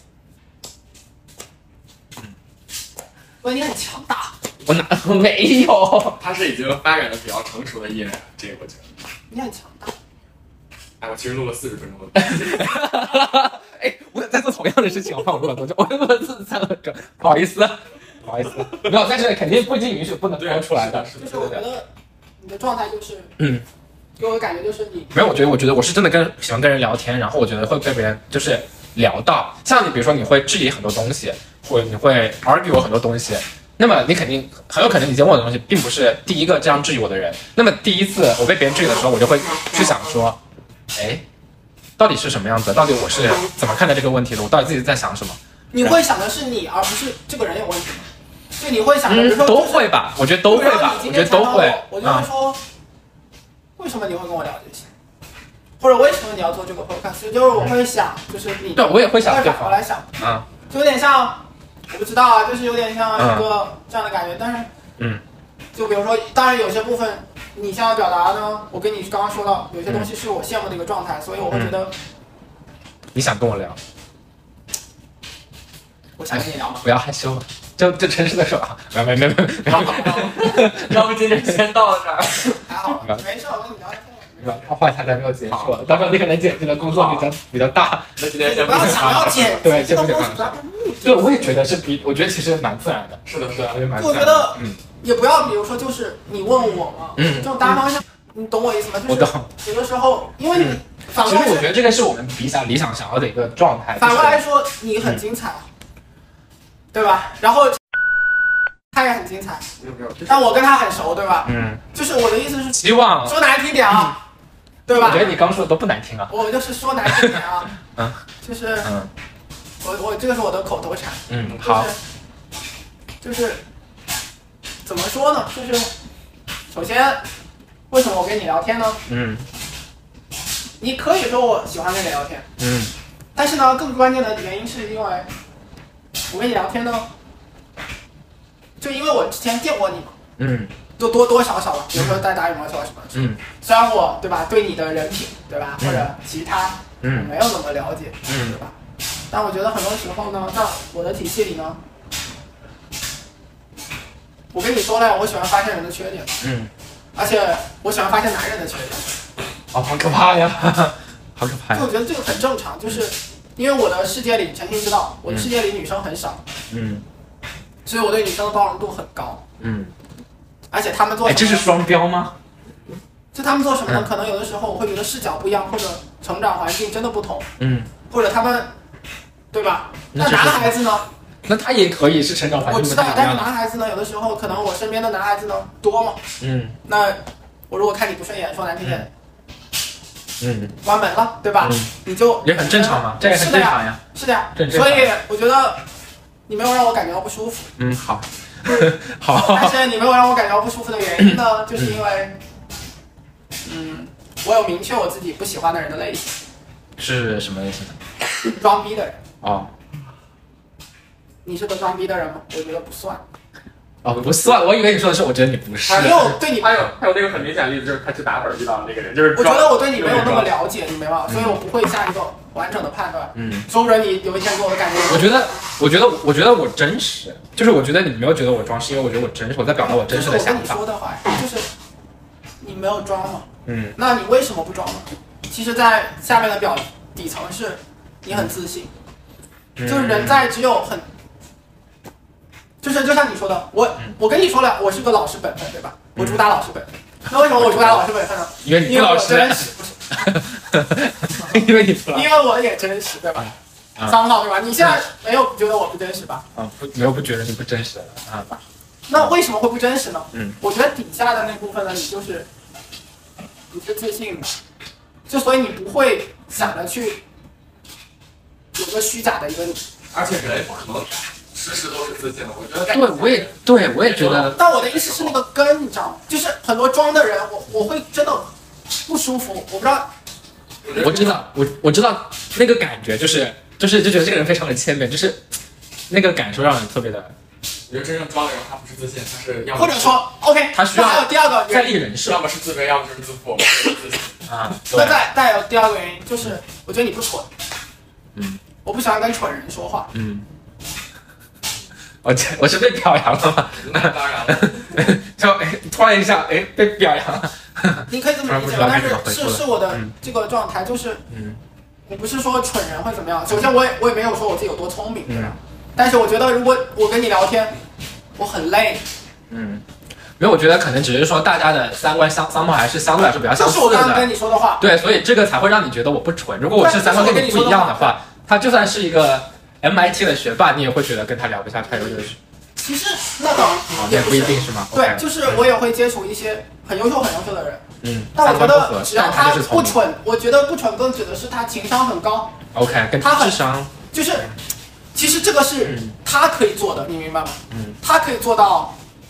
所以你很强大。 我没有， 他是已经发展的比较成熟的艺人，这个我觉得你很强大。 哎，我其实录了40分钟了。 哎，我在做同样的事情，我看我录了多久？我录了43分钟，不好意思。不好意思，没有，但是肯定不经允许不能播出来的。 就是我觉得你的状态就是，给我感觉就是你没有，我觉得我是真的喜欢跟人聊天，然后我觉得会跟别人就是聊到，像你比如说你会质疑很多东西，或者你会 argue 很多东西，那么你肯定很有可能你接问我的东西并不是第一个这样质疑我的人，那么第一次我被别人质疑的时候，我就会去想说，哎，到底是什么样子？到底我是怎么看待这个问题的？我到底自己在想什么？ 你会想的是你，而不是这个人有问题吗？就你会想的，比如说都会吧，我觉得都会吧，我觉得都会。 我就会说，为什么你会跟我聊这些？或者为什么你要做这个 podcast？就是我会想，就是你对我也会想， 反过来想，就有点像，我不知道啊，就是有点像一个这样的感觉。但是，就比如说，当然有些部分你想要表达呢，我跟你刚刚说到，有些东西是我羡慕的一个状态，所以我会觉得， 你想跟我聊， 我想跟你聊吗？ 不要害羞。就诚实的说啊，没， 要不今天先到这儿。 还好，没事，我跟你聊天。 话题还没有结束，到时候你可能剪辑的工作比较大。 那今天先不要想要剪， 对，先不讲了。对，我也觉得我觉得其实蛮自然的。 是的， 我觉得蛮自然的。 我觉得，也不要，比如说就是你问我嘛，这种大方向，你懂我意思吗？ 我懂。 有的时候，因为你反过来， 其实我觉得这个是我们理想想要的一个状态。 反过来说，你很精彩。对吧？然后他也很精彩，但我跟他很熟，对吧？就是我的意思是， 希望说难听点啊，对吧？ 我觉得你刚说的都不难听啊。 我就是说难听点啊，就是我这个是我的口头禅。 好， 就是怎么说呢？就是首先，为什么我跟你聊天呢？你可以说我喜欢跟你聊天，但是呢，更关键的原因是因为。我跟你聊天呢，就因为我之前见过你嘛，就多少了，比如说在打羽毛球什么，虽然我对吧，对你的人品对吧，或者其他我没有怎么了解，对吧？但我觉得很多时候呢，在我的体系里呢，我跟你说了，我喜欢发现人的缺点，而且我喜欢发现男人的缺点， 好可怕呀，好可怕呀！ 就我觉得这个很正常，就是。因为我的世界里，陈星知道，我的世界里女生很少，所以我对女生的包容度很高，而且他们做什么， 这是双标吗？ 就他们做什么呢？可能有的时候我会觉得视角不一样，或者成长环境真的不同，或者他们，对吧？那男孩子呢？ 那他也可以是成长环境我知道，但是不太一样。 男孩子呢，有的时候可能我身边的男孩子呢多嘛，那我如果看你不顺眼，说难听点，关门了，对吧？你就也很正常嘛，这也很正常呀。 是的呀， 正常所以我觉得你没有让我感觉到不舒服。 好，好。 但是你没有让我感觉到不舒服的原因呢，就是因为，我有明确我自己不喜欢的人的类型。 是什么类型的？ 装逼的人。 哦。 你是个装逼的人吗？我觉得不算。 哦，不算，我以为你说的是，我觉得你不是。 没有对你， 还有那个很明显的例子，就是他去打粉遇到的那个人，就是我觉得我对你没有那么了解，你明白吗？所以我不会下一个完整的判断。说不准你有一天给我的感觉。 我觉得我真实，就是我觉得你没有觉得我装，是因为我觉得我真实，我在表达我真实的想法。 我跟你说的话，就是你没有装嘛。那你为什么不装呢？其实，在下面的底层是你很自信，就是人在只有很。就像你说的，我跟你说了，我是个老实本分，对吧？我主打老实本分。那为什么我主打老实本分呢？ 因为你不老实，因为你不老实， 因为我也真实，对吧？三号对吧？你现在没有觉得我不真实吧？ 不觉得你不真实啊？ 那为什么会不真实呢？我觉得底下的那部分呢，你是自信的，就所以你不会想着去有个虚假的一个你， 而且人不可能时时都是自信的，我觉得。 我也觉得。 但我的意思是那个根，你知道吗？就是很多装的人，我会真的不舒服，我不知道。 我知道那个感觉，就觉得这个人非常的谦卑，就是那个感受让人特别的。 我觉得真正装的人，他不是自信，他是或者说 OK， 他需要还有第二个在立人设， 要么是自卑，要么就是自负。 那再有第二个原因就是，我觉得你不蠢。我不喜欢跟蠢人说话。 我是被表扬了吗？ 那当然了。 就突然一下被表扬了。 你可以这么理解，但是我的这个状态就是，我不是说蠢人会怎么样。首先我也没有说我自己有多聪明，对吧？但是我觉得如果我跟你聊天，我很累。 因为我觉得可能只是说大家的三观相貌还是相对来说比较相似的。 这是我刚刚跟你说的话。 对，所以这个才会让你觉得我不蠢。如果我是三观跟你不一样的话，他就算是一个 MIT 的学霸，你也会觉得跟他聊不下太有趣。 其实那倒也不一定是吗？ 对，就是我也会接触一些很优秀的人。但我觉得只要他不蠢，我觉得不蠢更指的是他情商很高。 OK， 跟智商就是，其实这个是他可以做的，你明白吗？他可以做到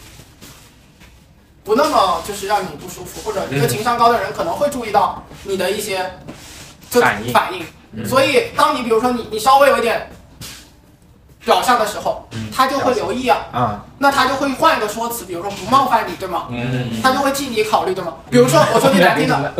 不那么就是让你不舒服，或者一个情商高的人可能会注意到你的一些反应。所以当你比如说你稍微有一点表象的时候，他就会留意啊，那他就会换一个说辞，比如说不冒犯你，对吗？他就会替你考虑，对吗？比如说我说句难听的，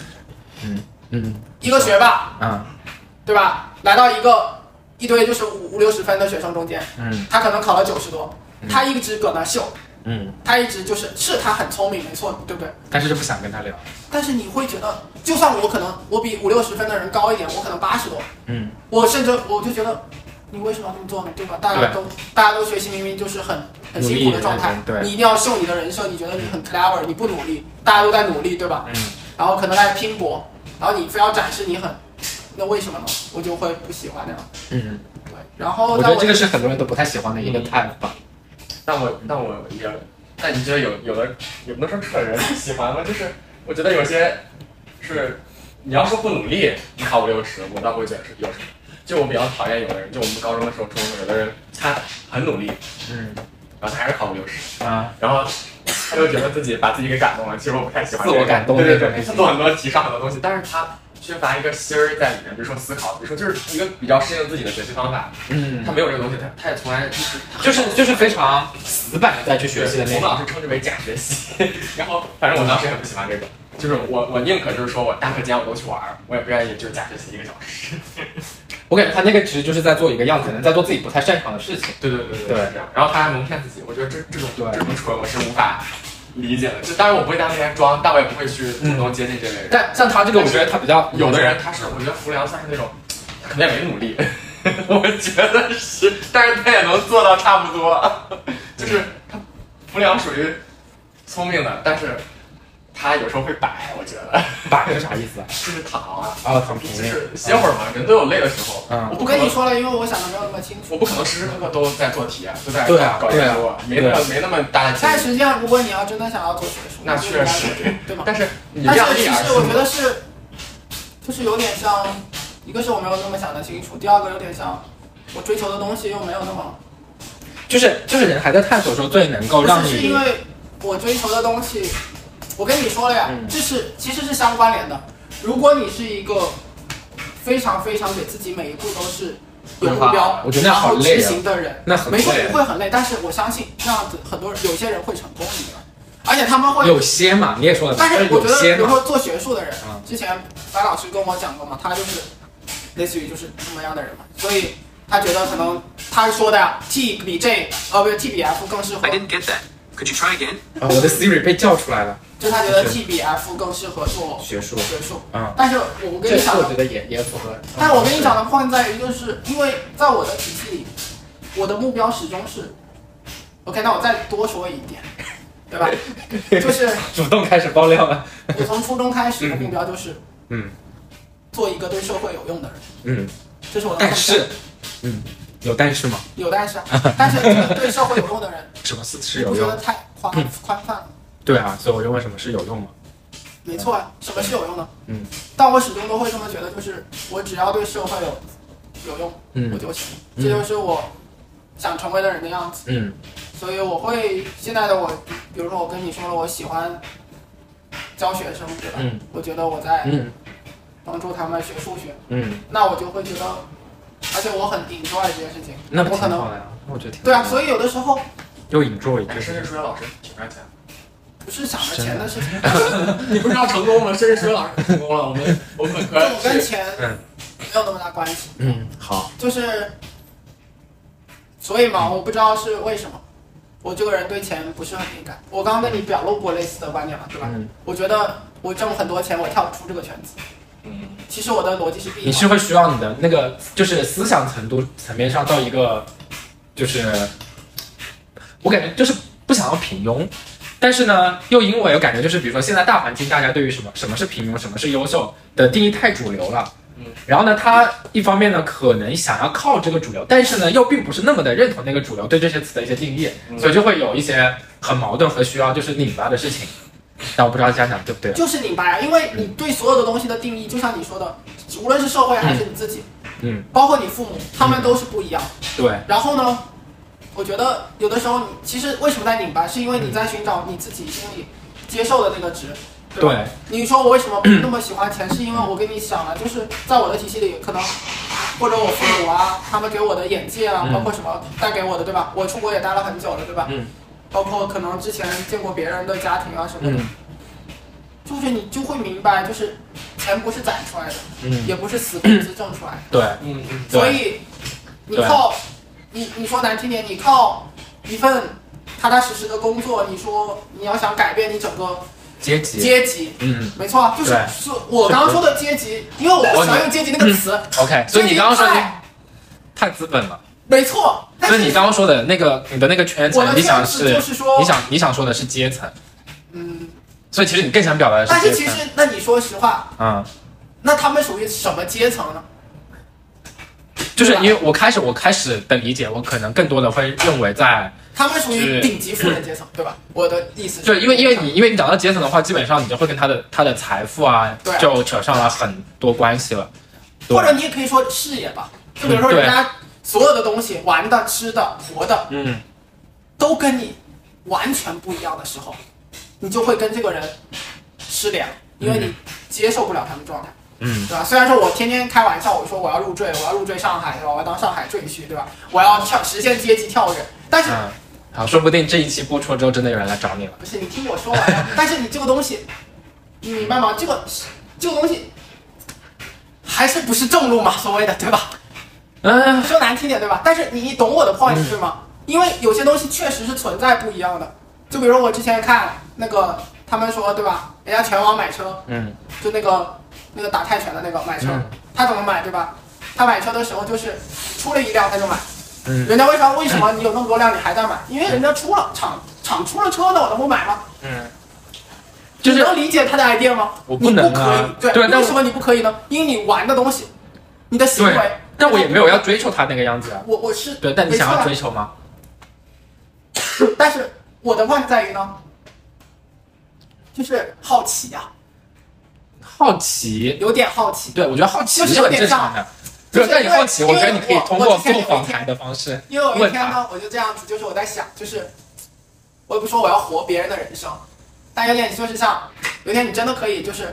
一个学霸，对吧？来到一堆就是50-60分的学生中间，他可能考了90多，他一直搁那秀，他一直就是他很聪明，没错，对不对？ 但是就不想跟他聊。但是你会觉得，就算我比50-60分的人高一点，我可能80多，我甚至我就觉得。你为什么要这么做呢？对吧？大家都学习，明明就是很辛苦的状态，你一定要秀你的人设，你觉得你很 clever， 你不努力，大家都在努力，对吧？然后可能在拼搏，然后你非要展示你那为什么呢？我就会不喜欢那样。对。然后我觉得这个是很多人都不太喜欢的一个 type 吧。 但你觉得有的不能说蠢人不喜欢吗？就是我觉得有些是你要说不努力，你考50-60，我倒会觉得是有什么。就我比较讨厌有的人，就我们高中的时候、初中有的人他很努力，然后他还是考50-60然后他就觉得自己把自己给感动了。其实我不太喜欢自我感动， 对，他做很多提倡很多东西，但是他缺乏一个心儿在里面，比如说思考，比如说就是一个比较适应自己的学习方法。他没有这个东西，他也从来就是非常死板的再去学习的那种。 我们老师称之为假学习。然后反正我当时也很不喜欢这个。就是我宁可就是说我大课间我都去玩，我也不愿意就是假学习1个小时。 我感觉他那个其实就是在做一个样子，可能在做自己不太擅长的事情。 对，这样。然后他还蒙骗自己，我觉得这种蠢我是无法理解的。就当然我不会在那边装，但我也不会去主动接近这类人。 但像他这个，我觉得他比较有的人，我觉得福良算是那种，他可能也没努力，我觉得是，但是他也能做到差不多。就是他福良属于聪明的，但是他有时候会摆，我觉得摆是啥意思啊？ 就是躺啊， 躺平， 就是歇会儿嘛，人都有累的时候。 我不跟你说了，因为我想的没有那么清楚。 我不可能时时刻刻都在做题啊，都在搞研究啊，没那么大的。 但实际上，如果你要真的想要做学术， 那确实对吧？ 但是其实我觉得是，就是有点像，一个是我没有那么想得清楚，第二个有点像我追求的东西又没有那么， 就是人还在探索的时候最能够让你。 是因为我追求的东西。我跟你说了呀，这是其实是相关联的。如果你是一个非常非常给自己每一步都是有目标， 我觉得然后执行的人， 那很累， 没错不会很累，但是我相信这样子很多人有些人会成功，你知道，而且他们会有些嘛，你也说了， 但是我觉得，比如说做学术的人，之前白老师跟我讲过嘛，他就是类似于就是这么样的人嘛，所以他觉得可能他说的呀 ，T 比 J， 不是 T 比 F 更适合。 I didn't get that. Could you try again? 我的 Siri 被叫出来了。 就他觉得 T 比 F 更适合做学术， 但是我跟你讲， 我觉得也符合。 但是我跟你讲的 point 在于，就是因为在我的体系里，我的目标始终是 ，OK， 那我再多说一点，对吧？就是主动开始爆料了。 我从初中开始的目标就是，做一个对社会有用的人，这是我的。 但是，有但是吗？ 有但是，但是对社会有用的人， 什么是有用？ 我觉得太宽泛了。 对啊，所以我就问什么是有用吗？ 没错啊，什么是有用的？但我始终都会这么觉得，就是我只要对社会有用，我就行。这就是我想成为的人的样子。所以我会现在的我，比如说我跟你说了，我喜欢教学生，对吧？我觉得我在帮助他们学数学，那我就会觉得，而且我很 enjoy 这件事情。 那不挺好的呀？我觉得挺对啊，所以有的时候又 enjoy， 甚至数学老师挺赚钱。 不是想着钱的事情， 你不是要成功吗？甚至数学老师成功了，我们本科我跟钱没有那么大关系。 好， 就是所以嘛，我不知道是为什么，我这个人对钱不是很敏感。我刚刚跟你表露过类似的观点嘛，对吧？我觉得我挣很多钱，我跳不出这个圈子。其实我的逻辑是必你是会需要你的那个就是思想层面上到一个，就是我感觉就是不想要平庸。但是呢，又因为我感觉就是，比如说现在大环境，大家对于什么是平庸，什么是优秀的定义太主流了。然后呢，他一方面呢，可能想要靠这个主流，但是呢，又并不是那么的认同那个主流对这些词的一些定义，所以就会有一些很矛盾和需要就是拧巴的事情。但我不知道这样讲对不对？ 就是拧巴呀，因为你对所有的东西的定义，就像你说的，无论是社会还是你自己，包括你父母，他们都是不一样。 对。 然后呢？我觉得有的时候你其实为什么在拧巴，是因为你在寻找你自己心里接受的那个值，对吧？你说我为什么那么喜欢钱，是因为我跟你想了，就是在我的体系里，可能或者我父母啊，他们给我的眼界啊，包括什么带给我的，对吧？我出国也待了很久了，对吧？包括可能之前见过别人的家庭啊什么的，就是你就会明白，就是钱不是攒出来的，也不是死工资挣出来的， 对， 所以你靠。你说难听点，你靠一份踏踏实实的工作，你说你要想改变你整个阶级，没错，就是我刚刚说的阶级，因为我不喜欢用阶级那个词。 OK， 所以你刚刚说太资本了。 没错。 所以你刚刚说的那个你的那个圈层，你想就是说你想说的是阶层。所以其实你更想表达的是阶层。 但是其实，那你说实话，那他们属于什么阶层呢？ 就是因为我开始的理解，我可能更多的会认为在他们属于顶级富人阶层，对吧？我的意思是， 对，因为你讲到阶层的话，基本上你就会跟他的财富啊，就扯上了很多关系了。 或者你也可以说事业吧，就比如说人家所有的东西，玩的、吃的、活的，都跟你完全不一样的时候，你就会跟这个人失联，因为你接受不了他们状态。对吧？虽然说我天天开玩笑，我说我要入赘上海，对吧？我要当上海赘婿，对吧？我要实现阶级跳跃，但是， 好，说不定这一期播出了之后，真的有人来找你了。 不是，你听我说完呀。但是你这个东西，你明白吗？这个东西还是不是正路嘛？所谓的，对吧？说难听点，对吧？但是你懂我的 point 对吗？因为有些东西确实是存在不一样的。就比如说我之前看那个，他们说对吧？人家拳王买车，就那个打泰拳的那个买车，他怎么买对吧？他买车的时候就是出了一辆他就买，人家为什么你有那么多辆你还在买？因为人家出了厂出了车的我能不买吗？ 就是你能理解他的 idea 吗？ 我不能啊你不可以， 对但为什么你不可以呢？因为你玩的东西，你的行为对，但我也没有要追求他那个样子啊。 我是对，但你想要追求吗？ 但是我的问题在于呢，就是好奇呀、 好奇， 有点好奇。 对我觉得好奇就是是很正常的。对，但你好奇，我觉得你可以通过做访谈的方式因为有一问他。 天呢，我就这样子，就是我在想，就是我也不说我要活别人的人生，但有点就是像有一天你真的可以就是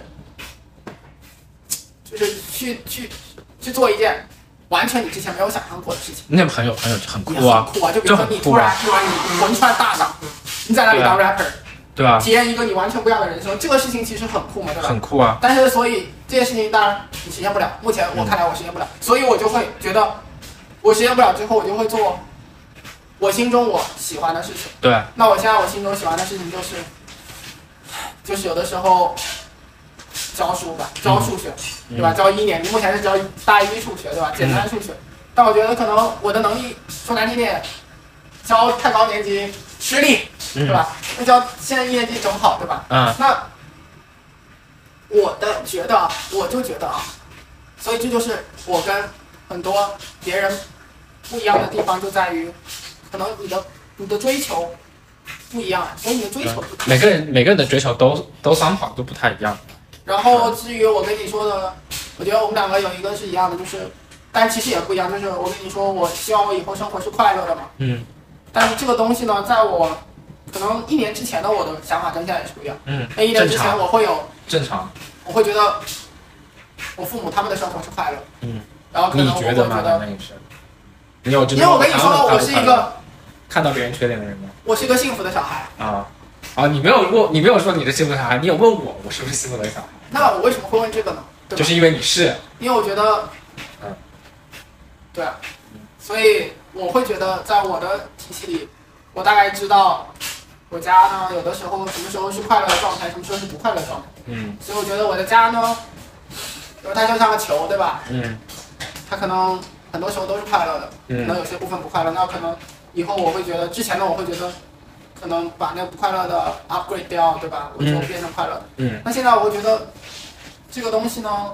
去做一件完全你之前没有想象过的事情， 那很酷啊， 很酷啊！就比如说你突然你魂穿大赏，你在那里当 rapper， 对吧？ 体验一个你完全不一样的人生，这个事情其实很酷嘛，对吧？ 很酷啊。 但是所以这件事情当然你实现不了，目前我看来我实现不了，所以我就会觉得我实现不了之后，我就会做我心中我喜欢的事情。 对， 那我现在我心中喜欢的事情就是有的时候教书吧，教数学，对吧？教1年级，目前是教大一数学，对吧？简单数学。但我觉得可能我的能力说难听点，教太高年级吃力，对吧？那教现在1年级正好，对吧？那我就觉得啊，所以这就是我跟很多别人不一样的地方，就在于可能你的追求不一样，所以你的追求不每个人的追求都somehow都不太一样。 然后至于我跟你说的，我觉得我们两个有一个是一样的，就是但其实也不一样，就是我跟你说，我希望我以后生活是快乐的嘛。但是这个东西呢，在我可能1年之前的我的想法跟现在也是不一样。那1年之前我会有正常， 我会觉得我父母他们的生活是快乐。然后可能你觉得吗？那也是。你有因为我跟你说，我是一个看到别人缺点的人吗？ 我是一个幸福的小孩。 你没有说你是幸福的小孩，你有问我是不是幸福的小孩？ 那我为什么会问这个呢？对吧？ 就是因为你是。 因为我觉得，对啊，所以我会觉得，在我的体系里，我大概知道我家呢，有的时候什么时候是快乐的状态，什么时候是不快乐的状态。所以我觉得我的家呢，它就像个球，对吧？它可能很多时候都是快乐的，可能有些部分不快乐。那可能以后我会觉得，之前呢我会觉得，可能把那个不快乐的 upgrade 掉，对吧？我就变成快乐的。那现在我会觉得，这个东西呢，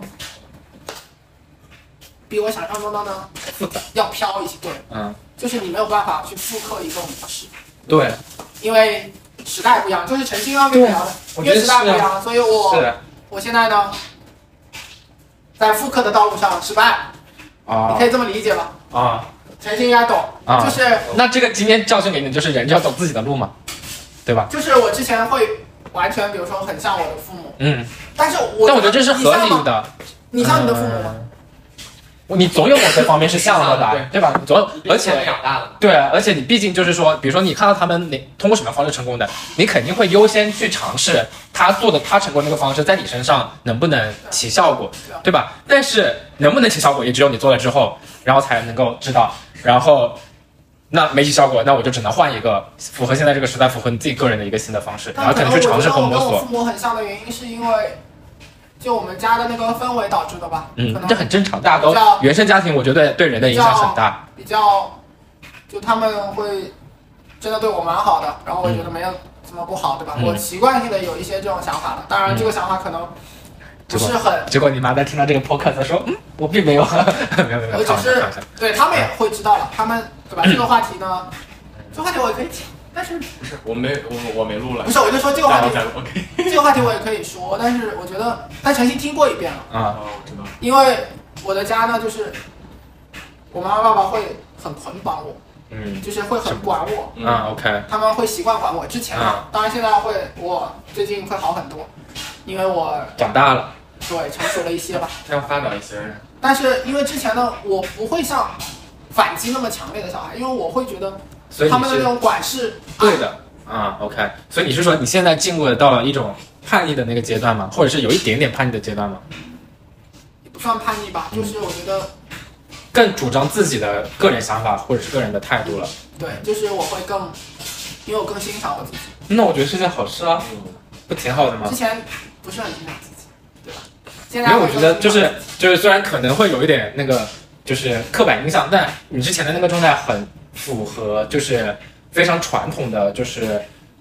比我想象中的呢要飘一些。对，就是你没有办法去复刻一个模式。 对， 因为时代不一样，就是陈星刚跟你聊的，因为时代不一样，所以我现在呢，在复刻的道路上失败。你可以这么理解吧？陈星应该懂。就是那这个今天教训给你的就是人就要走自己的路嘛，对吧？ 就是我之前会完全，比如说很像我的父母。但我觉得这是合理的。 你像你的父母吗？ 你总有某些方面是像的吧，对吧？而且长大了， 对，而且你毕竟就是说，比如说你看到他们通过什么方式成功的，你肯定会优先去尝试他成功那个方式在你身上能不能起效果，对吧？但是能不能起效果，也只有你做了之后，然后才能够知道。然后那没起效果，那我就只能换一个符合现在这个时代、符合你自己个人的一个新的方式，然后可能去尝试和摸索。 跟我父母很像的原因是因为。就我们家的那个氛围导致的吧， 这很正常，大家都原生家庭，我觉得对人的影响很大。 比较，就他们会真的对我蛮好的，然后我觉得没有什么不好，对吧？我习惯性的有一些这种想法了，当然这个想法可能不是很。 结果你妈在听到这个 podcast 说，我并没有，没有， 我只是对他们也会知道了，他们对吧？这个话题呢，这个话题我也可以讲。但是不是我没录了， 不是我就说这个话题，这个话题我也可以说，但是我觉得，但陈曦听过一遍了我知道， 因为我的家呢，就是我妈妈爸爸会很捆绑我，就是会很管我 ，OK， 他们会习惯管我。之前当然现在我最近会好很多，因为我长大了， 对，成熟了一些吧， 要发表一些。 但是因为之前呢，我不会像反击那么强烈的小孩，因为我会觉得。他们的那种管是对的，OK，所以你是说你现在进入到了一种叛逆的那个阶段吗？或者是有一点点叛逆的阶段吗？ 也不算叛逆吧，就是我觉得更主张自己的个人想法或者是个人的态度了。 对，就是我会因为我更欣赏我自己。 那我觉得是件好事啊，不挺好的吗？ 之前不是很欣赏自己，对吧？现在因为我觉得就是虽然可能会有一点那个就是刻板印象，但你之前的那个状态很符合，就是非常传统的，就是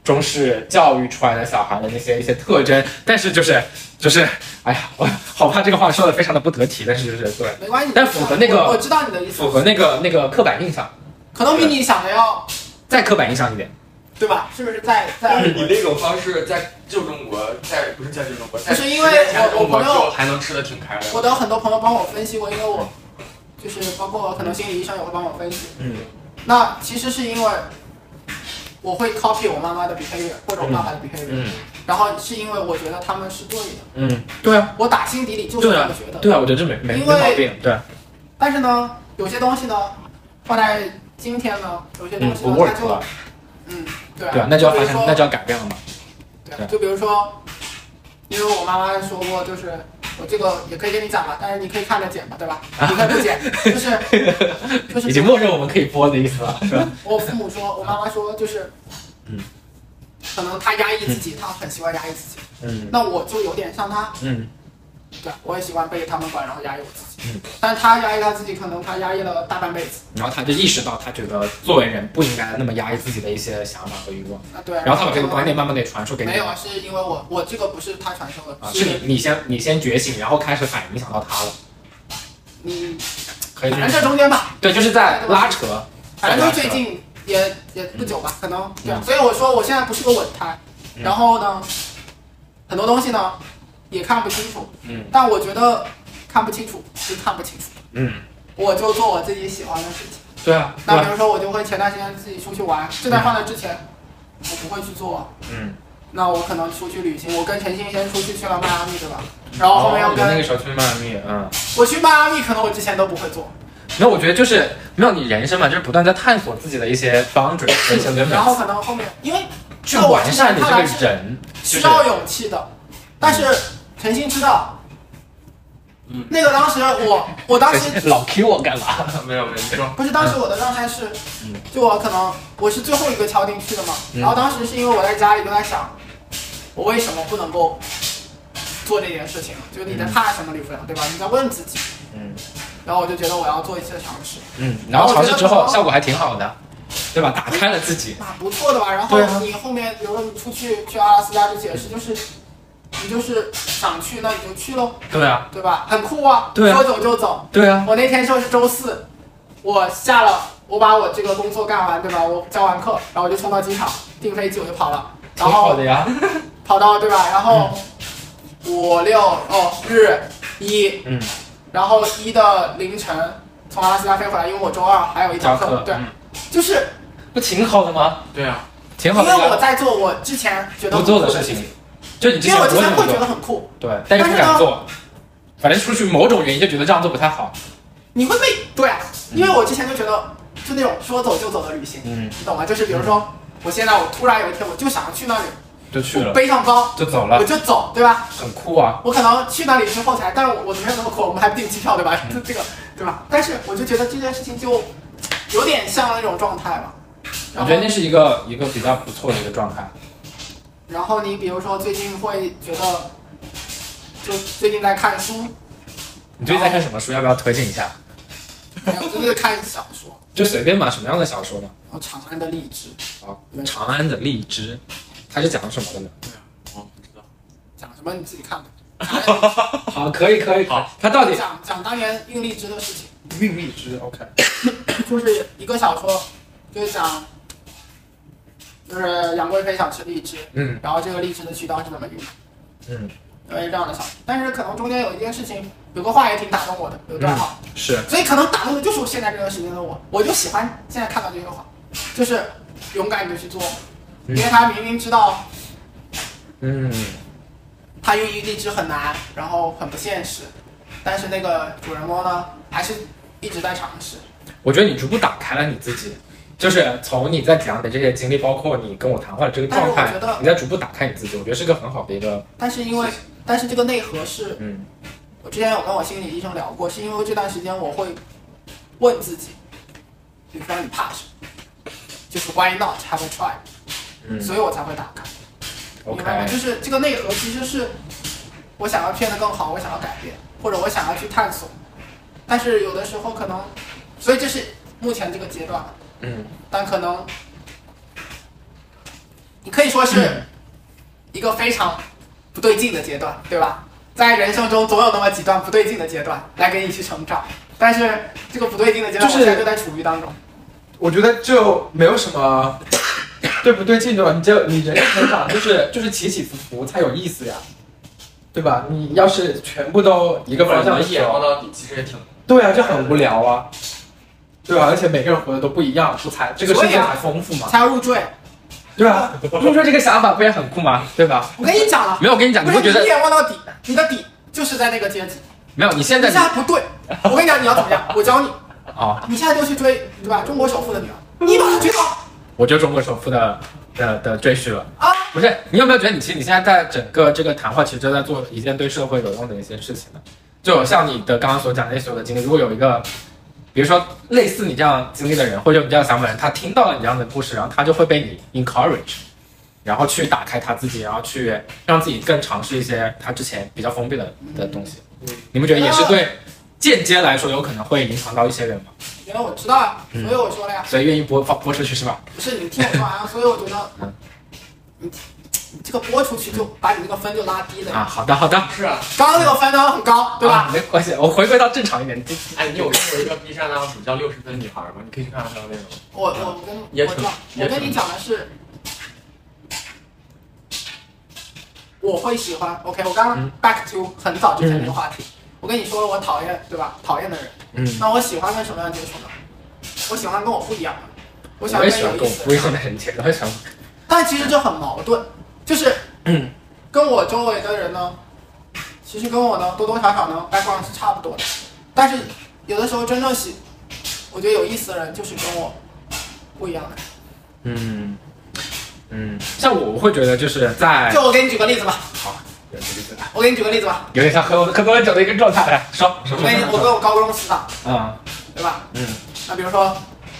中式教育出来的小孩的那些一些特征，但是就是，哎呀，我好怕这个话说的非常的不得体，但是就是对， 没关系， 但符合那个， 我知道你的意思， 符合那个刻板印象， 可能比你想的要再刻板印象一点， 对吧？是不是在你那种方式在旧中国，不是在旧中国， 不是因为我朋友还能吃得挺开的。 我的很多朋友帮我分析过，因为我就是包括可能心理医生也会帮我分析。那其实是因为我会 copy 我妈妈的 behavior 或者我爸爸的 behavior，然后是因为我觉得他们是对的。 对啊， 我打心底里就是这么觉得。 对啊，我觉得这没毛病。对。 但是呢，有些东西呢，放在今天呢，有些东西呢，它就，对啊， 那就要发生，那就要改变了嘛。 对，就比如说，因为我妈妈说过，就是我这个也可以跟你讲嘛，但是你可以看着剪嘛，对吧？你可以不剪，就是已经默认我们可以播的意思了，是吧？ 我父母说，我妈妈说，就是，可能她压抑自己，她很喜欢压抑自己，那我就有点像她，对，我也喜欢被他们管，然后压抑我自己。但是他压抑他自己，可能他压抑了大半辈子。 然后他就意识到，他觉得作为人不应该那么压抑自己的一些想法和欲望。 对。 然后他把这个观念慢慢的传授给你。 没有，是因为我这个不是他传授的， 是你先觉醒，然后开始反影响到他了。可以。 反正这中间吧。 对，就是在拉扯。 反正就最近也不久吧，可能对。所以我说我现在不是个稳胎，然后呢，很多东西呢。也看不清楚，但我觉得看不清楚是看不清楚，我就做我自己喜欢的事情。 对啊， 那比如说我就会前段时间自己出去玩，这在放在之前，我不会去做，那我可能出去旅行，我跟陈星先去了迈阿密，对吧？然后后面要跟那个时候去迈阿密， 我去迈阿密，可能我之前都不会做。 那我觉得就是没有你人生嘛，就是不断在探索自己的一些 boundary， 然后可能后面因为去完善你这个人需要勇气的，但是。陈星知道，那个当时我当时老 Q 我干嘛？ 没有你说。 不是当时我的状态是，就我可能我是最后一个敲进去的嘛，然后当时是因为我在家里就在想，我为什么不能够做这件事情？就是你在怕什么，李夫人，对吧？你在问自己，然后我就觉得我要做一次尝试， 然后尝试之后效果还挺好的，对吧？打开了自己， 不错的吧？然后你后面比如说你去阿拉斯加就解释就是。你就是想去，那你就去喽。 对啊， 对吧？很酷啊！ 对啊， 说走就走。 对啊， 我那天就是周四，我把我这个工作干完，对吧？我教完课，然后我就冲到机场订飞机，我就跑了。然后好的呀， 跑到对吧？然后日一，然后1的凌晨从阿拉斯加飞回来，因为我周2还有一堂课。对，就是不挺好的吗？ 对啊， 挺好的。 因为我在做我之前觉得不做的事情。就你因为我之前会觉得很酷， 对，但是不敢做，反正出去某种原因就觉得这样做不太好。 你会被对啊，因为我之前就觉得就那种说走就走的旅行，你懂吗？就是比如说我突然有一天我就想要去那里， 就去了， 背上包就走了， 我就走，对吧？ 很酷啊！ 我可能去那里之后但是我没有那么酷，我们还不订机票，对吧？这个对吧？但是我就觉得这件事情就有点像那种状态嘛。 我觉得那是一个比较不错的一个状态。 然后你比如说最近会觉得，就最近在看书。 你最近在看什么书？要不要推荐一下？ 没有，就是看小说。 就随便吧，什么样的小说呢？ 长安的荔枝。 长安的荔枝，它是讲什么的呢？ 对啊，我不知道。 讲什么你自己看的。 好，可以。好，它到底讲当年运荔枝的事情。 运荔枝 ，OK。 就是一个小说，就是讲。就是杨贵妃想吃荔枝，然后这个荔枝的渠道是怎么运，因为这样的小说，但是可能中间有一件事情，有个话也挺打动我的，有段话， 是， 所以可能打动的就是我现在这个时间的我就喜欢现在看到这个话，就是勇敢就去做，因为他明明知道，他孕育荔枝很难，然后很不现实，但是那个主人公呢，还是一直在尝试。 我觉得你逐步打开了你自己。就是从你在讲的这些经历，包括你跟我谈话的这个状态，你在逐步打开你自己，我觉得是个很好的一个。 但是这个内核是，我之前有跟我心理医生聊过，是因为这段时间我会问自己，比如说你怕什么，就是 why not have a try，所以我才会打开，明白吗？就是这个内核其实是我想要变得更好，我想要改变，或者我想要去探索，但是有的时候可能，所以这是目前这个阶段。但可能你可以说是一个非常不对劲的阶段，对吧？在人生中总有那么几段不对劲的阶段来给你去成长，但是这个不对劲的阶段，我现在就在处于当中。 我觉得就没有什么对不对劲对吧？你人生成长就是起起伏伏才有意思呀，对吧？你要是全部都一个方向一眼望到底，其实也挺对啊，就很无聊啊，对吧？而且每个人活的都不一样，这个世界才丰富嘛， 才要入赘， 对吧？入赘这个想法不也很酷吗？对吧？ 我跟你讲了， 没有，我跟你讲，你会觉得一眼望到底，你的底就是在那个阶级。 没有，你现在你现在不对，我跟你讲，你要怎么样？我教你。 哦， 你现在就去追，对吧？中国首富的女儿，你把她追到。 我就中国首富的赘婿了啊！ 不是，你有没有觉得其实你现在在整个这个谈话，其实就在做一件对社会有用的一些事情呢？就像你的刚刚所讲的那所有的经历，如果有一个，比如说类似你这样经历的人，或者你这样想法的人，他听到了你这样的故事，然后他就会被你 encourage， 然后去打开他自己，然后去让自己更尝试一些他之前比较封闭的东西。你们觉得也是对间接来说有可能会影响到一些人吗？ 因为我知道啊，所以我说了呀。 所以愿意播出去是吧？ 不是，你听我说完啊，所以我觉得，你这个播出去就把你那个分就拉低了啊。好的。 是啊， 刚刚那个分呢很高，对吧？ 没关系，我回归到正常一点。 哎，你有看过一个 B 站的 UP 主叫60分女孩吗？你可以去看看他的内容。 我跟你讲的是，我会喜欢。OK， 我刚刚 back to 很早之前那个话题。我跟你说了，我讨厌，对吧？讨厌的人。那我喜欢跟什么样接触呢？我喜欢跟我不一样的。我喜欢跟有意思的人。 我也喜欢。 但其实这很矛盾，就是跟我周围的人呢，其实跟我呢多多少少呢 background 是差不多的。但是有的时候真正我觉得有意思的人就是跟我不一样的。 像我会觉得就是在， 就我给你举个例子吧。 好。 我给你举个例子吧， 有点像喝多了酒的一个状态。来说， 我跟我高中死党，对吧？那比如说，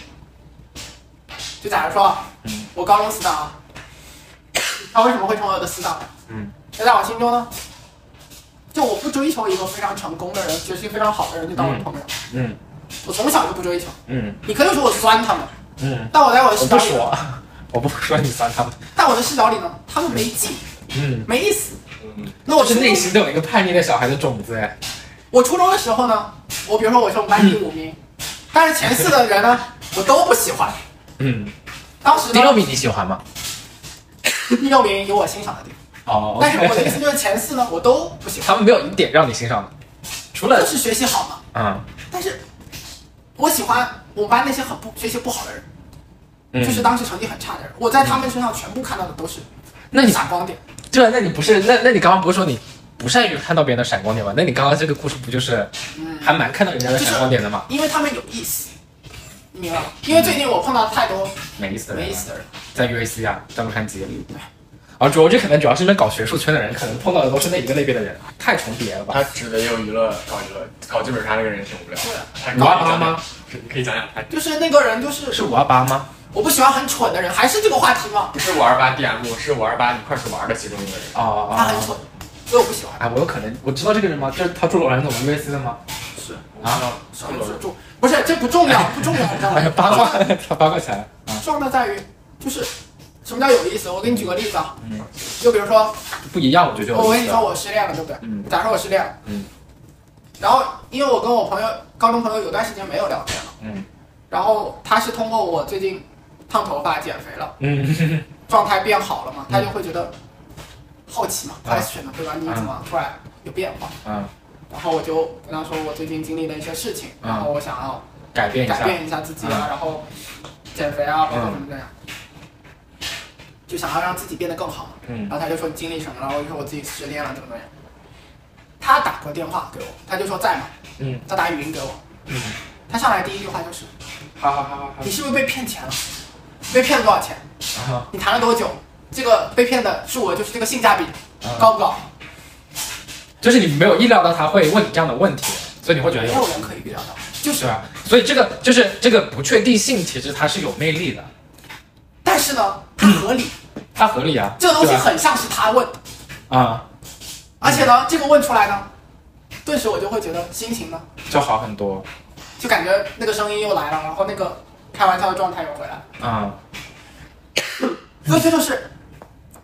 就假如说，我高中死党，他为什么会成为我的死党呢？在我心中呢，就我不追求一个非常成功的人，学习非常好的人就当我的朋友。我从小就不追求。你可以说我酸他们，但我在我的视角里， 我不说你酸他们， 在我的视角里呢，他们没劲，没意思。那我是内心都有一个叛逆的小孩的种子哎。 我初中的时候呢，我比如说我是我们班第5名，但是前4的人呢，我都不喜欢。当时第6名你喜欢吗？ 第6名有我欣赏的地方。 哦。 但是我的意思就是前4呢，我都不喜欢。 他们没有一点让你欣赏的，除了就是学习好嘛。但是我喜欢我们班那些学习不好的人，就是当时成绩很差的人，我在他们身上全部看到的都是闪光点。对， 那你不是那你刚刚不是说你不善于看到别人的闪光点吗？那你刚刚这个故事不就是还蛮看到人家的闪光点的吗？ 因为他们有意思，你明白吗？因为最近我碰到太多没意思的人， 在 UAC 啊，在洛杉矶。我觉得可能主要是因为搞学术圈的人，可能碰到的都是那一个类别的人，太重叠了吧？ 他指的也有娱乐，搞剧本杀那个人挺无聊。 对 ，528吗？ 你可以讲讲他。 就是那个人是 528吗？ 我不喜欢很蠢的人，还是这个话题吗？ 不是528 DM， 是528一块去玩的其中一个人。 他很蠢，所以我不喜欢。 哎，我有可能我知道这个人吗？就是他住罗兰总 UAC 的吗？ 是啊， 住不是这不重要，你知道吗？ 八卦起来。 重要的在于就是什么叫有意思？我给你举个例子啊，就比如说不一样，我觉得我跟你说我失恋了，对不对？假如说我失恋了，然后因为我跟我高中朋友有段时间没有聊天了，然后他是通过我最近烫头发减肥了，状态变好了嘛，他就会觉得好奇嘛 ，question 嘛，对吧？你怎么突然有变化？然后我就跟他说我最近经历了一些事情，然后我想要改变一下自己啊，然后减肥啊，包括什么这样，就想要让自己变得更好。然后他就说你经历什么了？我就说我自己失恋了，怎么样？他打个电话给我，他就说在吗？他打语音给我。他上来第一句话就是， 好， 你是不是被骗钱了？被骗了多少钱？你谈了多久？这个被骗的数额就是这个性价比高不高？ 就是你没有意料到他会问你这样的问题，所以你会觉得没有人可以预料到，就是啊。所以这个不确定性，其实它是有魅力的。 但是呢，它合理， 它合理啊。 这个东西很像是他问啊， 而且呢，这个问出来呢，顿时我就会觉得心情呢就好很多， 就感觉那个声音又来了，然后那个开玩笑的状态又回来了。所以这就是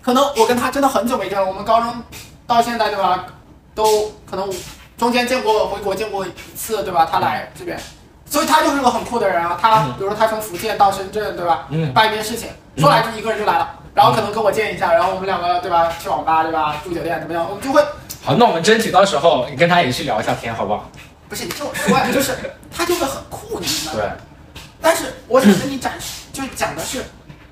可能我跟他真的很久没见了，我们高中到现在对吧，都可能中间见过回国见过一次对吧？他来这边，所以他就是个很酷的人啊。他比如说他从福建到深圳对吧？办一件事情，说来就一个人就来了，然后可能跟我见一下，然后我们两个对吧去网吧对吧住酒店怎么样，我们就会。 好，那我们争取到时候你跟他也去聊一下天，好不好？ 不是你听我说呀，就是他就会很酷，你明白吗？ 对。 但是我想跟你展示，就是讲的是，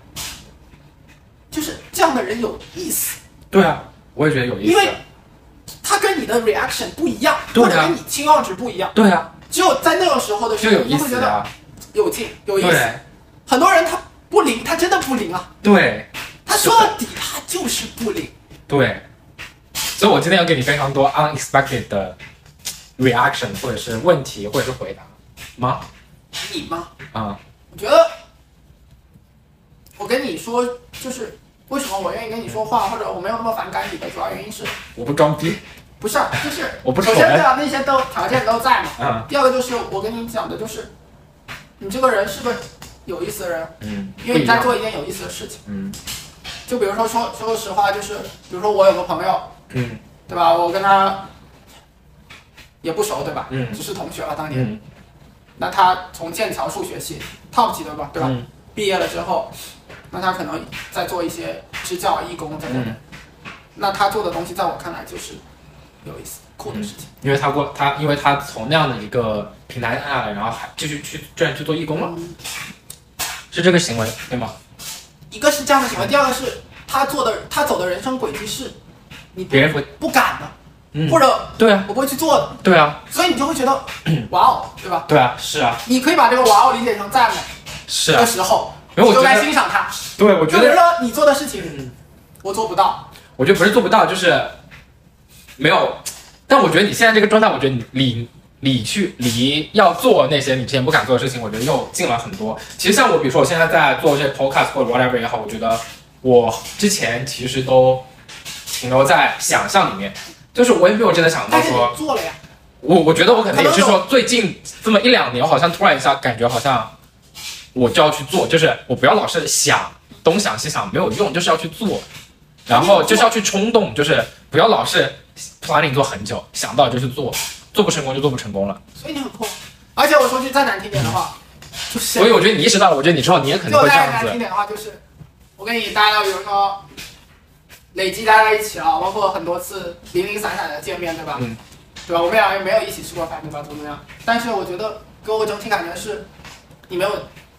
就是这样的人有意思。 对啊，我也觉得有意思。 因为他跟你的 reaction 不一样， 对啊、 或者跟你期望值不一样。 对啊。 只有在那个时候的时候，你会觉得有劲、有意思。很多人他不灵，他真的不灵啊。 对。 他说到底，他就是不灵。 对。所以我今天要给你非常多 unexpected 的 reaction， 或者是问题，或者是回答吗？ 你吗？ 啊、 我觉得我跟你说，就是为什么我愿意跟你说话，或者我没有那么反感你的主要原因是我不装逼。 不是，就是我不首先对啊，那些都条件都在嘛。 嗯。 第二个就是我跟你讲的就是你这个人是个有意思的人。因为你在做一件有意思的事情。就比如说实话，就是比如说我有个朋友。对吧？我跟他也不熟，对吧？只是同学了当年。那他从剑桥数学系 top 级的吧，对吧？毕业了之后，那他可能在做一些支教、义工这种的。那他做的东西，在我看来就是有意思、酷的事情。 因为他从那样的一个平台下来，然后还继续居然去做义工了，是这个行为对吗？ 一个是这样的行为，第二个是他走的人生轨迹是。你别人不敢的，或者对啊， 我不会去做的， 对啊， 所以你就会觉得哇哦，对吧？ 对啊，是啊， 你可以把这个哇哦理解成赞美， 是啊， 的时候， 因为我就该欣赏它。 对，我觉得， 比如说你做的事情，我做不到。 我觉得不是做不到，就是没有。但我觉得你现在这个状态，我觉得你离要做那些你之前不敢做的事情，我觉得又近了很多。其实像我，比如说我现在在做这些 podcast 或者 whatever 也好，我觉得我之前其实都停留在想象里面，就是我也没有真的想到说做了呀。 我觉得我可能也是说最近这么1-2年，我好像突然一下感觉好像我就要去做，就是我不要老是想东想西想没有用，就是要去做，然后就是要去冲动，就是不要老是 planning 做很久，想到就去做，做不成功就做不成功了。 所以你很酷，而且我说句再难听点的话，就是。 所以我觉得你意识到了，我觉得你之后你也可能会这样子。 再难听点的话就是，我跟你待了，比如说累计待在一起了，包括很多次零零散散的见面，对吧？对吧？我们俩也没有一起吃过饭，对吧？怎么样？但是我觉得给我整体感觉是，你没有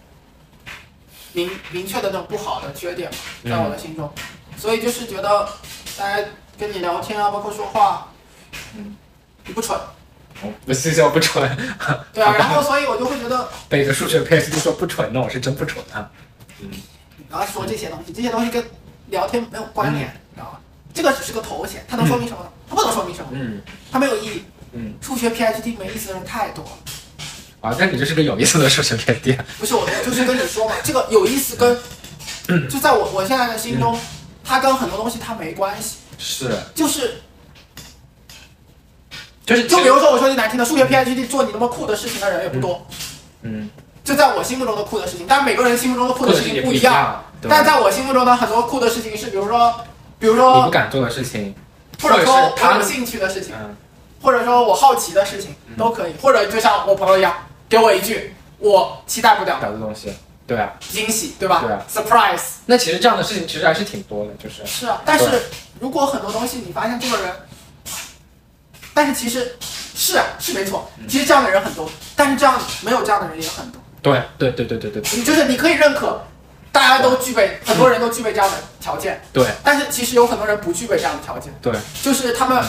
明确的那种不好的缺点嘛，在我的心中，所以就是觉得大家跟你聊天啊，包括说话，你不蠢。 不是叫不蠢。 对啊，然后所以我就会觉得背着数学 PhD 说不蠢，那我是真不蠢啊。 然后说这些东西，这些东西跟聊天没有关联，你知道吗？这个只是个头衔，它能说明什么呢？它不能说明什么。它没有意义。数学 PhD 没意思的人太多了。 啊，但你这是个有意思的数学 PhD。 不是，我就是跟你说嘛，这个有意思跟，就在我现在的心中，它跟很多东西它没关系。 是。 就比如说我说句难听的，数学 PhD 做你那么酷的事情的人也不多。就在我心目中的酷的事情，但每个人心目中的酷的事情不一样。但在我心目中的很多酷的事情是，比如说你不敢做的事情， 或者说我有兴趣的事情，或者说我好奇的事情都可以，或者就像我朋友一样，给我一句我期待不了的东西，对啊， 惊喜，对吧？ 对啊 ，surprise。 那其实这样的事情其实还是挺多的，就是。 是啊，但是如果很多东西你发现这个人，但是其实是没错，其实这样的人很多，但是没有这样的人也很多。对。就是你可以认可。大家都具备，很多人都具备这样的条件。对。但是其实有很多人不具备这样的条件。对。就是他们，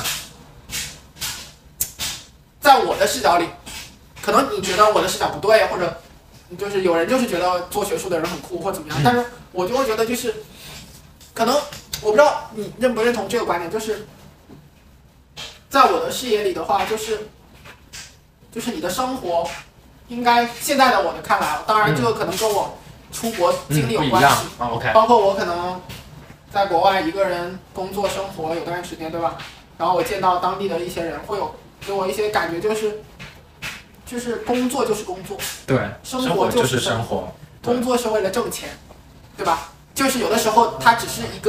在我的视角里，可能你觉得我的视角不对，或者就是有人就是觉得做学术的人很酷或怎么样，但是我就会觉得就是，可能我不知道你认不认同这个观点，就是在我的视野里的话，就是你的生活应该现在的我的看来，当然这个可能跟我。出国经历有关系，包括我可能在国外一个人工作生活有段时间，对吧？然后我见到当地的一些人，会有给我一些感觉，就是工作就是工作，对，生活就是生活，工作是为了挣钱，对吧？就是有的时候它只是一个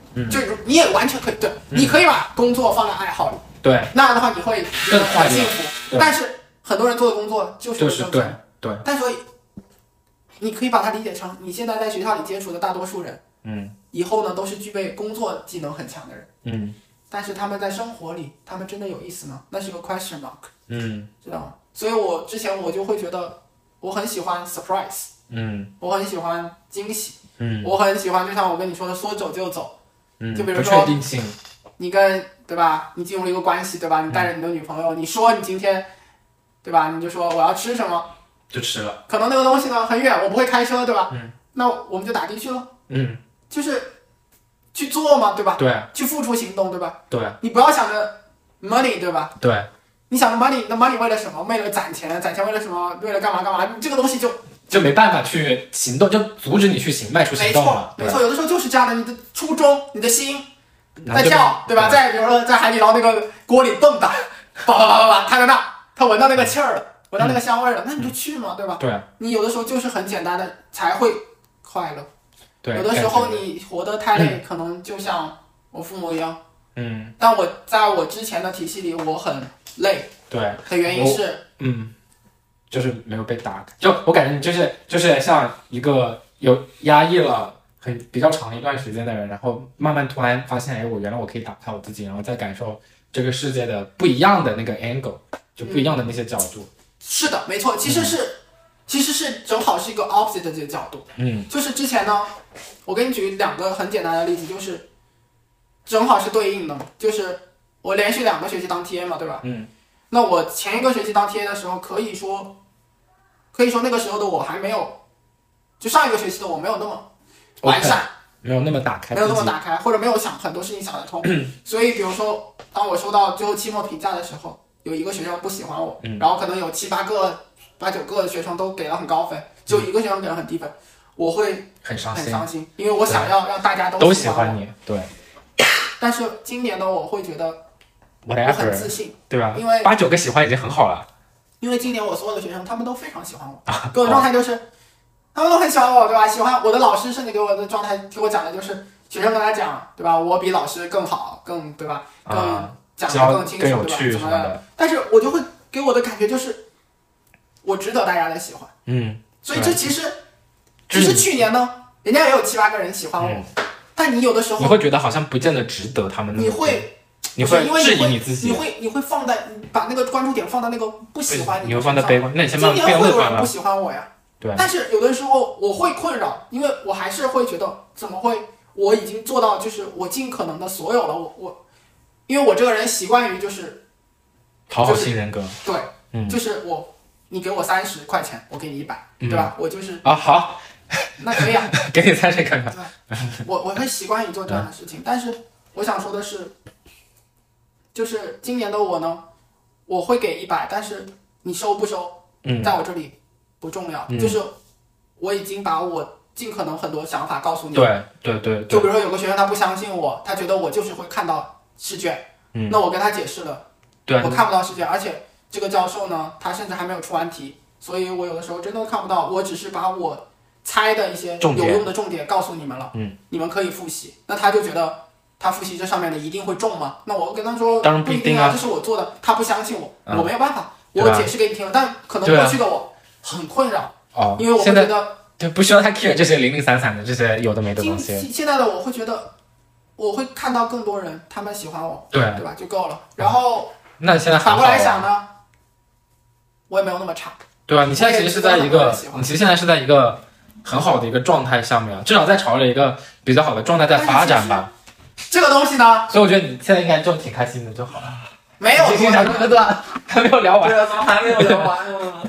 就你也完全可以对，你可以把工作放在爱好里， 对， 那样的话你会更快乐很幸福。但是很多人做的工作就是对， 但所以你可以把它理解成你现在在学校里接触的大多数人，以后呢都是具备工作技能很强的人，但是他们在生活里，他们真的有意思吗？那是个 question mark，知道吗？所以我之前我就会觉得我很喜欢 surprise，我很喜欢惊喜，我很喜欢就像我跟你说的说走就走，就比如不说确定性， 你跟对吧，你进入了一个关系对吧，你带着你的女朋友，你说你今天对吧，你就说我要吃什么， 就吃了， 可能那个东西呢很远，我不会开车对吧，那我们就打的去了，就是去做嘛对吧， 对， 去付出行动对吧， 对， 你不要想着 money 对吧， 对， 你想着 money， 那 money 为了什么？为了攒钱，攒钱为了什么？为了干嘛干嘛？你这个东西就没办法去行动，就阻止你去迈出行动了。 没错，有的时候就是这样的，你的初衷，你的心在跳，对吧？在比如说在海底捞那个锅里蹦跶，叭，他在那，他闻到那个气儿了，闻到那个香味了，那你就去嘛，对吧？ 对， 你有的时候就是很简单的才会快乐。 对， 有的时候你活得太累，可能就像我父母一样。但我在我之前的体系里，我很累。 对的原因是， 就是没有被打开。就我感觉你就是像一个有压抑了比较长一段时间的人，然后慢慢突然发现，哎，我原来我可以打开我自己，然后再感受这个世界的不一样的那个 angle， 就不一样的那些角度。 是的，没错，其实是正好是一个 opposite 的这个角度。就是之前呢，我给你举2个很简单的例子，就是正好是对应的，就是我连续2个学期当 TA 嘛，对吧？那我前一个学期当 TA 的时候，可以说那个时候的我还没有，就上一个学期的我没有那么完善， 没有那么打开， 或者没有想很多事情想得通。所以比如说，当我收到最后期末评价的时候，有一个学生不喜欢我，然后可能有7、8九个学生都给了很高分，只有一个学生给了很低分，我会很伤心， 因为我想要让大家都喜欢你。对。 但是今年呢，我会觉得我很自信， 对吧？ 因为 8、9个喜欢已经很好了。 因为今年我所有的学生他们都非常喜欢我，给我的状态就是，他们都很喜欢我，对吧？喜欢我的老师，甚至给我的状态给我讲的就是，学生跟他讲，对吧？我比老师更好，更对吧？更讲得更清楚， 更有趣对吧？但是我就会给我的感觉就是，我值得大家的喜欢。所以这其实去年呢，人家也有7、8个人喜欢我，但你有的时候你会觉得好像不见得值得他们那么。你会质疑你自己， 你会放在把那个关注点放在那个不喜欢你会放在悲观，那你先慢慢变乐观了。 不喜欢我呀， 对。 但是有的时候我会困扰，因为我还是会觉得怎么会，我已经做到就是我尽可能的所有了，我因为我这个人习惯于就是讨好型人格， 对，就是你给我30块钱，我给你100，对吧？我就是好， 那可以啊， 给你30块钱。 我会习惯于做这样的事情，但是我想说的是。就是今年的我呢，我会给100，但是你收不收，在我这里不重要。就是我已经把我尽可能很多想法告诉你。 对。 就比如说有个学生他不相信我，他觉得我就是会看到试卷，那我跟他解释了，我看不到试卷，而且这个教授呢，他甚至还没有出完题，所以我有的时候真的看不到，我只是把我猜的一些有用的重点告诉你们了，你们可以复习。那他就觉得。他复习这上面的一定会中吗？那我跟他说， 当然不一定啊， 这是我做的，他不相信我，我没有办法，我解释给你听了，但可能过去的我很困扰，因为我会觉得， 对，不需要他 care 这些零零散散的这些有的没的东西。 现在的我会觉得，我会看到更多人，他们喜欢我， 对吧？就够了。然后， 那现在反过来想呢，我也没有那么差， 对吧？你现在其实是在一个，你其实现在是在一个很好的一个状态下面，至少在朝着一个比较好的状态在发展吧。 这个东西呢， 所以我觉得你现在应该就挺开心的就好了。 没有， 讲这么段还没有聊完。 对啊，怎么还没有聊完啊？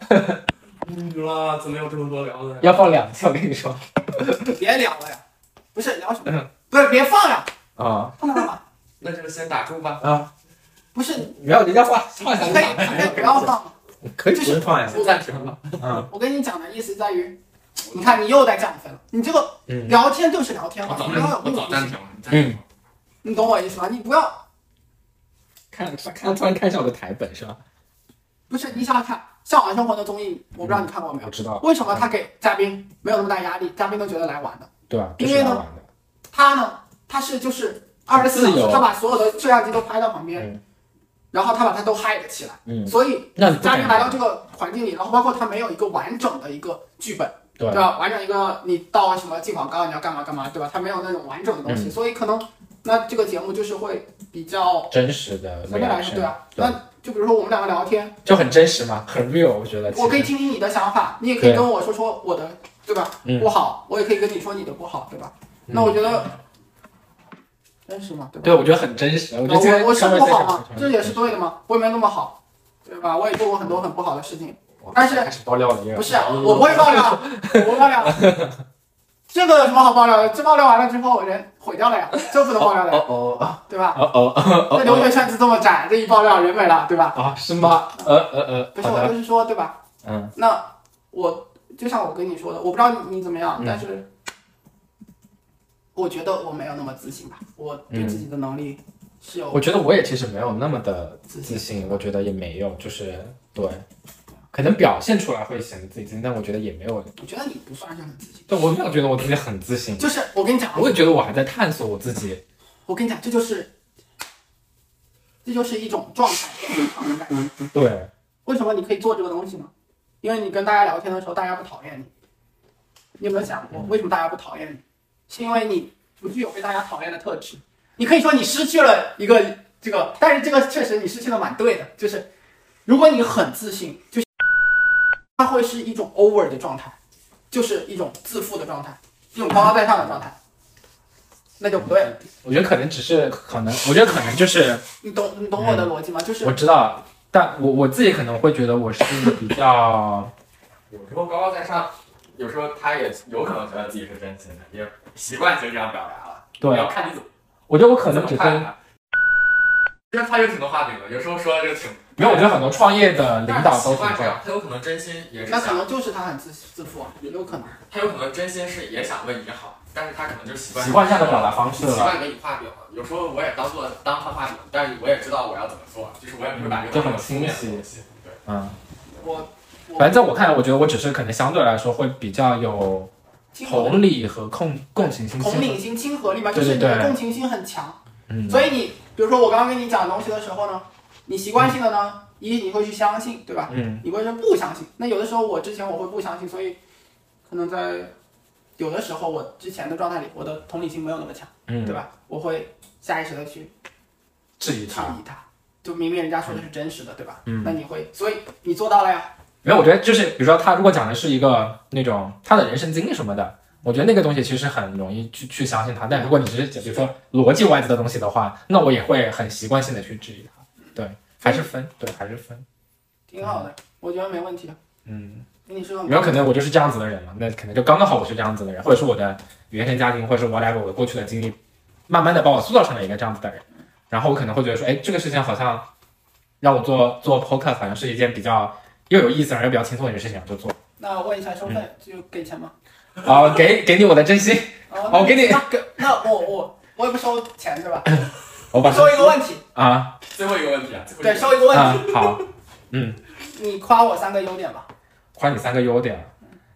怎么有这么多聊的？ 要放2期，我跟你说。 别聊了呀，不是聊什么？不是别放呀。 啊。 放干嘛？ 那就先打住吧。 啊。不是， 不要人家放一下。 可以不要放。 可以不用放呀。 不暂停了。 我跟你讲的意思在于。你看，你又在降分了。你这个聊天就是聊天嘛，你不要有目的性。你懂我意思吗？你不要突然看一下我的台本是吧？ 不是，你想想看，《向往生活》的综艺，我不知道你看过没有？ 我知道。 为什么他给嘉宾没有那么大压力？嘉宾都觉得来玩的。 对啊。 因为呢，他呢他是就是24小时，他把所有的摄像机都拍到旁边，然后他把它都 hide 起来，所以家人来到这个环境里，然后包括他没有一个完整的一个剧本，对吧？完整一个你到什么进广告你要干嘛干嘛，对吧？他没有那种完整的东西，所以可能那这个节目就是会比较真实的， 相对来说对啊，那就比如说我们两个聊天， 就很真实嘛，很 real， 我觉得。 我可以听听你的想法，你也可以跟我说说我的，对吧？不好，我也可以跟你说你的不好，对吧？那我觉得真实嘛，对吧？ 对，我觉得很真实。我是不好嘛，这也是对的嘛，我也没那么好，对吧？我也做过很多很不好的事情，但是开始爆料了， 不是，我不会爆料，我不爆料。这个有什么好爆料的？这爆料完了之后，人毁掉了呀，这不能爆料的呀，对吧？这留学圈子这么窄，这一爆料人没了，对吧？ 啊，是吗？ 不是，我就是说，对吧？那我就像我跟你说的，我不知道你怎么样，但是我觉得我没有那么自信吧，我对自己的能力是有。 我觉得我也其实没有那么的自信，我觉得也没有，就是对。可能表现出来会显得自己自信，但我觉得也没有。 我觉得你不算是很自信。 对，我没有觉得我自己很自信。 就是我跟你讲， 我也觉得我还在探索我自己。 我跟你讲，这就是一种状态， 对。 为什么你可以做这个东西呢？因为你跟大家聊天的时候，大家不讨厌你。你有没有想过，为什么大家不讨厌你？是因为你不具有被大家讨厌的特质。你可以说你失去了一个这个，但是这个确实你失去了蛮对的，就是如果你很自信，就它会是一种 over 的状态，就是一种自负的状态，一种高高在上的状态，那就不对了。 我觉得可能我觉得可能就是你懂我的逻辑吗？就是我知道，但我自己可能会觉得我是比较有时候高高在上，有时候他也有可能觉得自己是真心的，也习惯性这样表达了。 对， 要看你怎么。 我觉得我可能只是。 其实他有挺多画饼的，有时候说的就挺没有，我觉得很多创业的领导都挺这样， 他有可能真心也是， 那可能就是他很自负啊，也有可能， 他有可能真心是也想为你好，但是他可能就习惯这样的表达方式了， 习惯给你画饼了。有时候我也当他画饼，但是我也知道我要怎么做，就是我也不会把这个就很清晰。 对， 反正在我看来，我觉得我只是可能相对来说会比较有同理和共情心、 同理心、亲和力嘛，就是你的共情心很强。所以你比如说我刚刚跟你讲东西的时候呢，你习惯性的呢，你会去相信，对吧？你会是不相信。那有的时候我会不相信，所以可能在有的时候我之前的状态里，我的同理心没有那么强，对吧？我会下意识的去质疑他， 就明明人家说的是真实的，对吧？那你会，所以你做到了呀。 没有，我觉得就是比如说他如果讲的是一个那种他的人生经历什么的。我觉得那个东西其实很容易去相信它，但如果你只是比如说逻辑外在的东西的话，那我也会很习惯性的去质疑它。对，还是分， 挺好的，我觉得没问题。跟你说， 有可能我就是这样子的人嘛，那可能就刚刚好我是这样子的人，或者是我的原生家庭，或者是 whatever 我的过去的经历，慢慢的把我塑造成了一个这样子的人，然后我可能会觉得说，哎，这个事情好像让我做 podcast 好像是一件比较又有意思而又比较轻松的一件事情，就做。 那问一下收费，就给钱吗？ 给你我的真心，我给你。 那我也不收钱，对吧？ 我收一个问题啊， 最后一个问题啊， 对，收一个问题。 好， 你夸我3个优点吧。 夸你3个优点，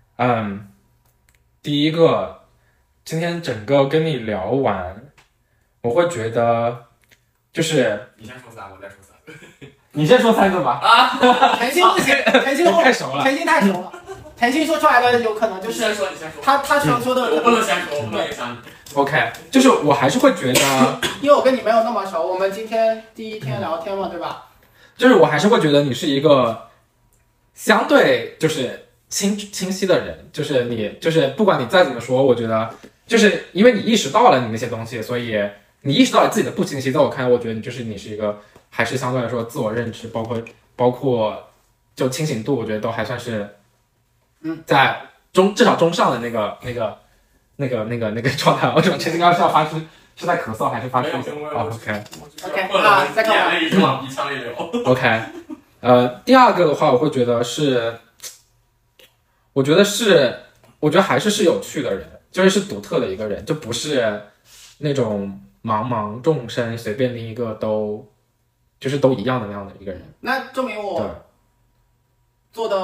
第一个，今天整个跟你聊完，我会觉得就是你先说3个，我再说3个。 你先说3个吧。 甜心不行，甜心太熟了， 甜心太熟了。甜心说出来的有可能就是你先说， 他说的我不能先说，我不能影响你。 OK， 就是我还是会觉得， 因为我跟你没有那么熟，我们今天第一天聊天嘛，对吧？ 就是我还是会觉得你是一个相对就是清晰的人，就是你就是不管你再怎么说，我觉得就是因为你意识到了你那些东西，所以你意识到了自己的不清晰，在我看来，我觉得你是一个还是相对来说自我认知，包括就清醒度，我觉得都还算是。在至少中上的那个状态，我怎么确定刚刚是要发出是在咳嗽还是发出？OK， 再看我眼泪是往鼻腔里流。 OK， 第二个的话，我会觉得是，我觉得还是有趣的人，就是独特的一个人，就不是那种茫众生随便另一个都一样的那样的一个人。 那证明我做的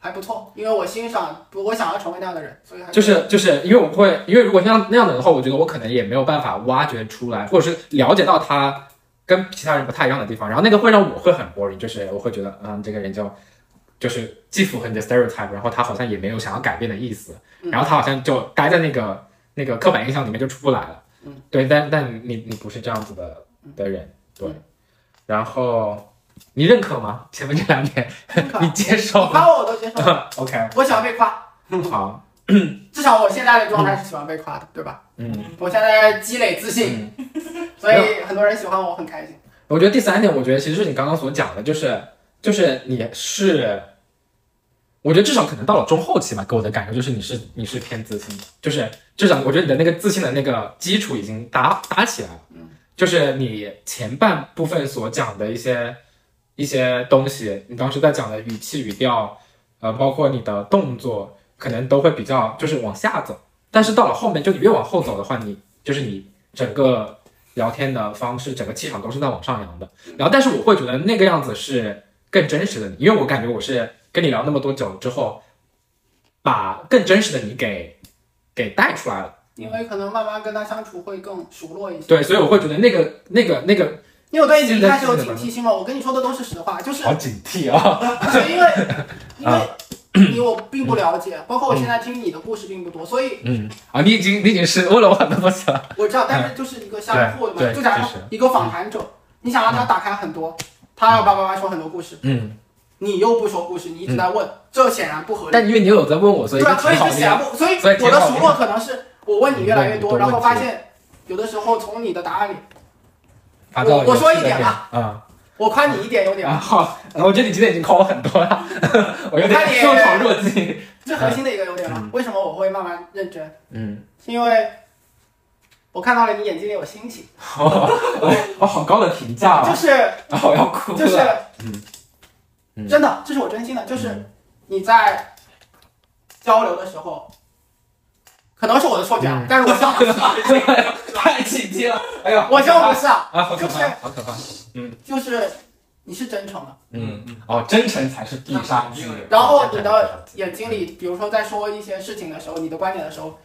还不错，因为我欣赏，我想要成为那样的人，所以还就是因为我会，因为如果那样的话，我觉得我可能也没有办法挖掘出来，或者是了解到他跟其他人不太一样的地方，然后那个会让我会很 boring，就是我会觉得，这个人就是既符合你的 stereotype， 然后他好像也没有想要改变的意思，然后他好像就待在那个刻板印象里面就出不来了。对，但你不是这样子的人，对。然后你认可吗？前面这2点，你接受？ 你夸我都接受。 OK， 我喜欢被夸。 好， 至少我现在的状态是喜欢被夸的，对吧？我现在积累自信，所以很多人喜欢我，很开心。 我觉得第3点，我觉得其实是你刚刚所讲的，就是你是。我觉得至少可能到了中后期吧，给我的感觉就是你是偏自信的，就是至少我觉得你的那个自信的那个基础已经搭起来了。就是你前半部分所讲的一些东西，你当时在讲的语气语调，包括你的动作，可能都会比较就是往下走。但是到了后面，就你越往后走的话，你整个聊天的方式，整个气场都是在往上扬的。然后，但是我会觉得那个样子是更真实的你，因为我感觉我是跟你聊那么多久之后，把更真实的你给带出来了。 因为可能慢慢跟他相处会更熟络一些。 对，所以我会觉得那个， 因为我对你一开始有警惕心嘛，我跟你说的都是实话，就是好警惕啊！ 不是因为你我并不了解，包括我现在听你的故事并不多，所以你已经是问了我很多东西了。 我知道，但是就是一个相互的嘛，就假如一个访谈者，你想让他打开很多，他要叭叭叭说很多故事，你又不说故事，你一直在问，这显然不合理。 但因为你有在问我，所以对，所以显然不，所以我的熟络可能是我问你越来越多，然后发现有的时候从你的答案里，我说一点吧，我夸你一点有点好，我觉得你今天已经夸我很多了，我有点受宠若惊。 最核心的一个优点嘛，为什么我会慢慢认真？是因为我看到了你眼睛里有星星。 我好高的评价啊！ 就是我要哭了。 就是真的，这是我真心的，就是你在交流的时候。可能是我的错觉，但是我希望不是。 太警惕了！哎呀， 我希望不是啊， 好可怕，好可怕。 就是你是真诚的。 真诚才是必杀技。 然后你的眼睛里，比如说在说一些事情的时候，你的观点的时候，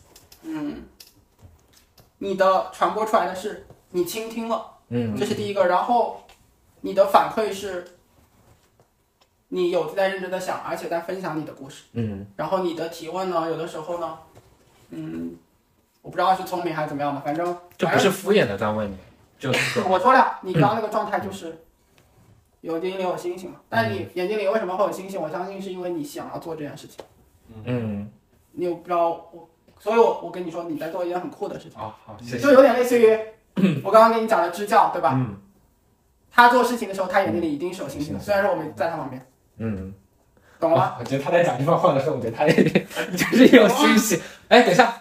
你的传播出来的是你倾听了，这是第一个。然后你的反馈是，你有在认真的想，而且在分享你的故事，然后你的提问呢，有的时候呢。我不知道是聪明还是怎么样的，反正就不是敷衍的在问你，就是我说了，你刚刚那个状态就是有眼睛里有星星嘛，但你眼睛里为什么会有星星？我相信是因为你想要做这件事情。你有不知道所以我跟你说你在做一件很酷的事情。 好，谢谢。 就有点类似于我刚刚跟你讲的支教，对吧？他做事情的时候，他眼睛里一定是有星星的，虽然说我没在他旁边。懂了吗？ 我觉得他在讲这番话的时候，我觉得他也就是有星星。哎，等一下，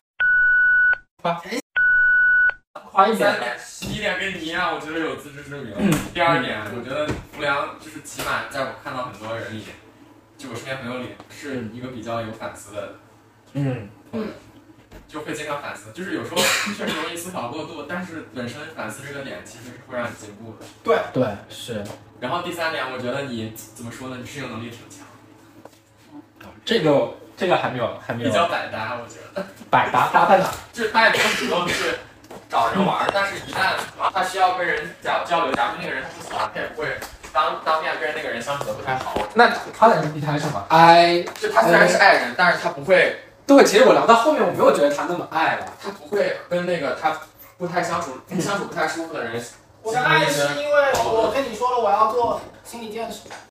夸一点。 第一点跟你一样，我觉得有自知之明。第二点，我觉得浮梁就是起码在我看到很多人里，就我身边朋友里，是一个比较有反思的。就会经常反思，就是有时候确实容易思考过度，但是本身反思这个点其实是会让你进步的。 对，是。 然后第3点，我觉得你怎么说呢？你适应能力挺强。 这个还没有比较百搭，我觉得。 百搭搭在哪？ 就是他也不用主动去找人玩，但是一旦他需要跟人交流，假如那个人他不喜欢，他也不会当面跟那个人相处的不太好。 那他的人他是什么就他虽然是爱人，但是他不会。 对，其实我聊到后面，我没有觉得他那么爱了， 他不会跟那个他不太相处不太舒服的人。 我的爱是因为我跟你说了，我要做心理建设。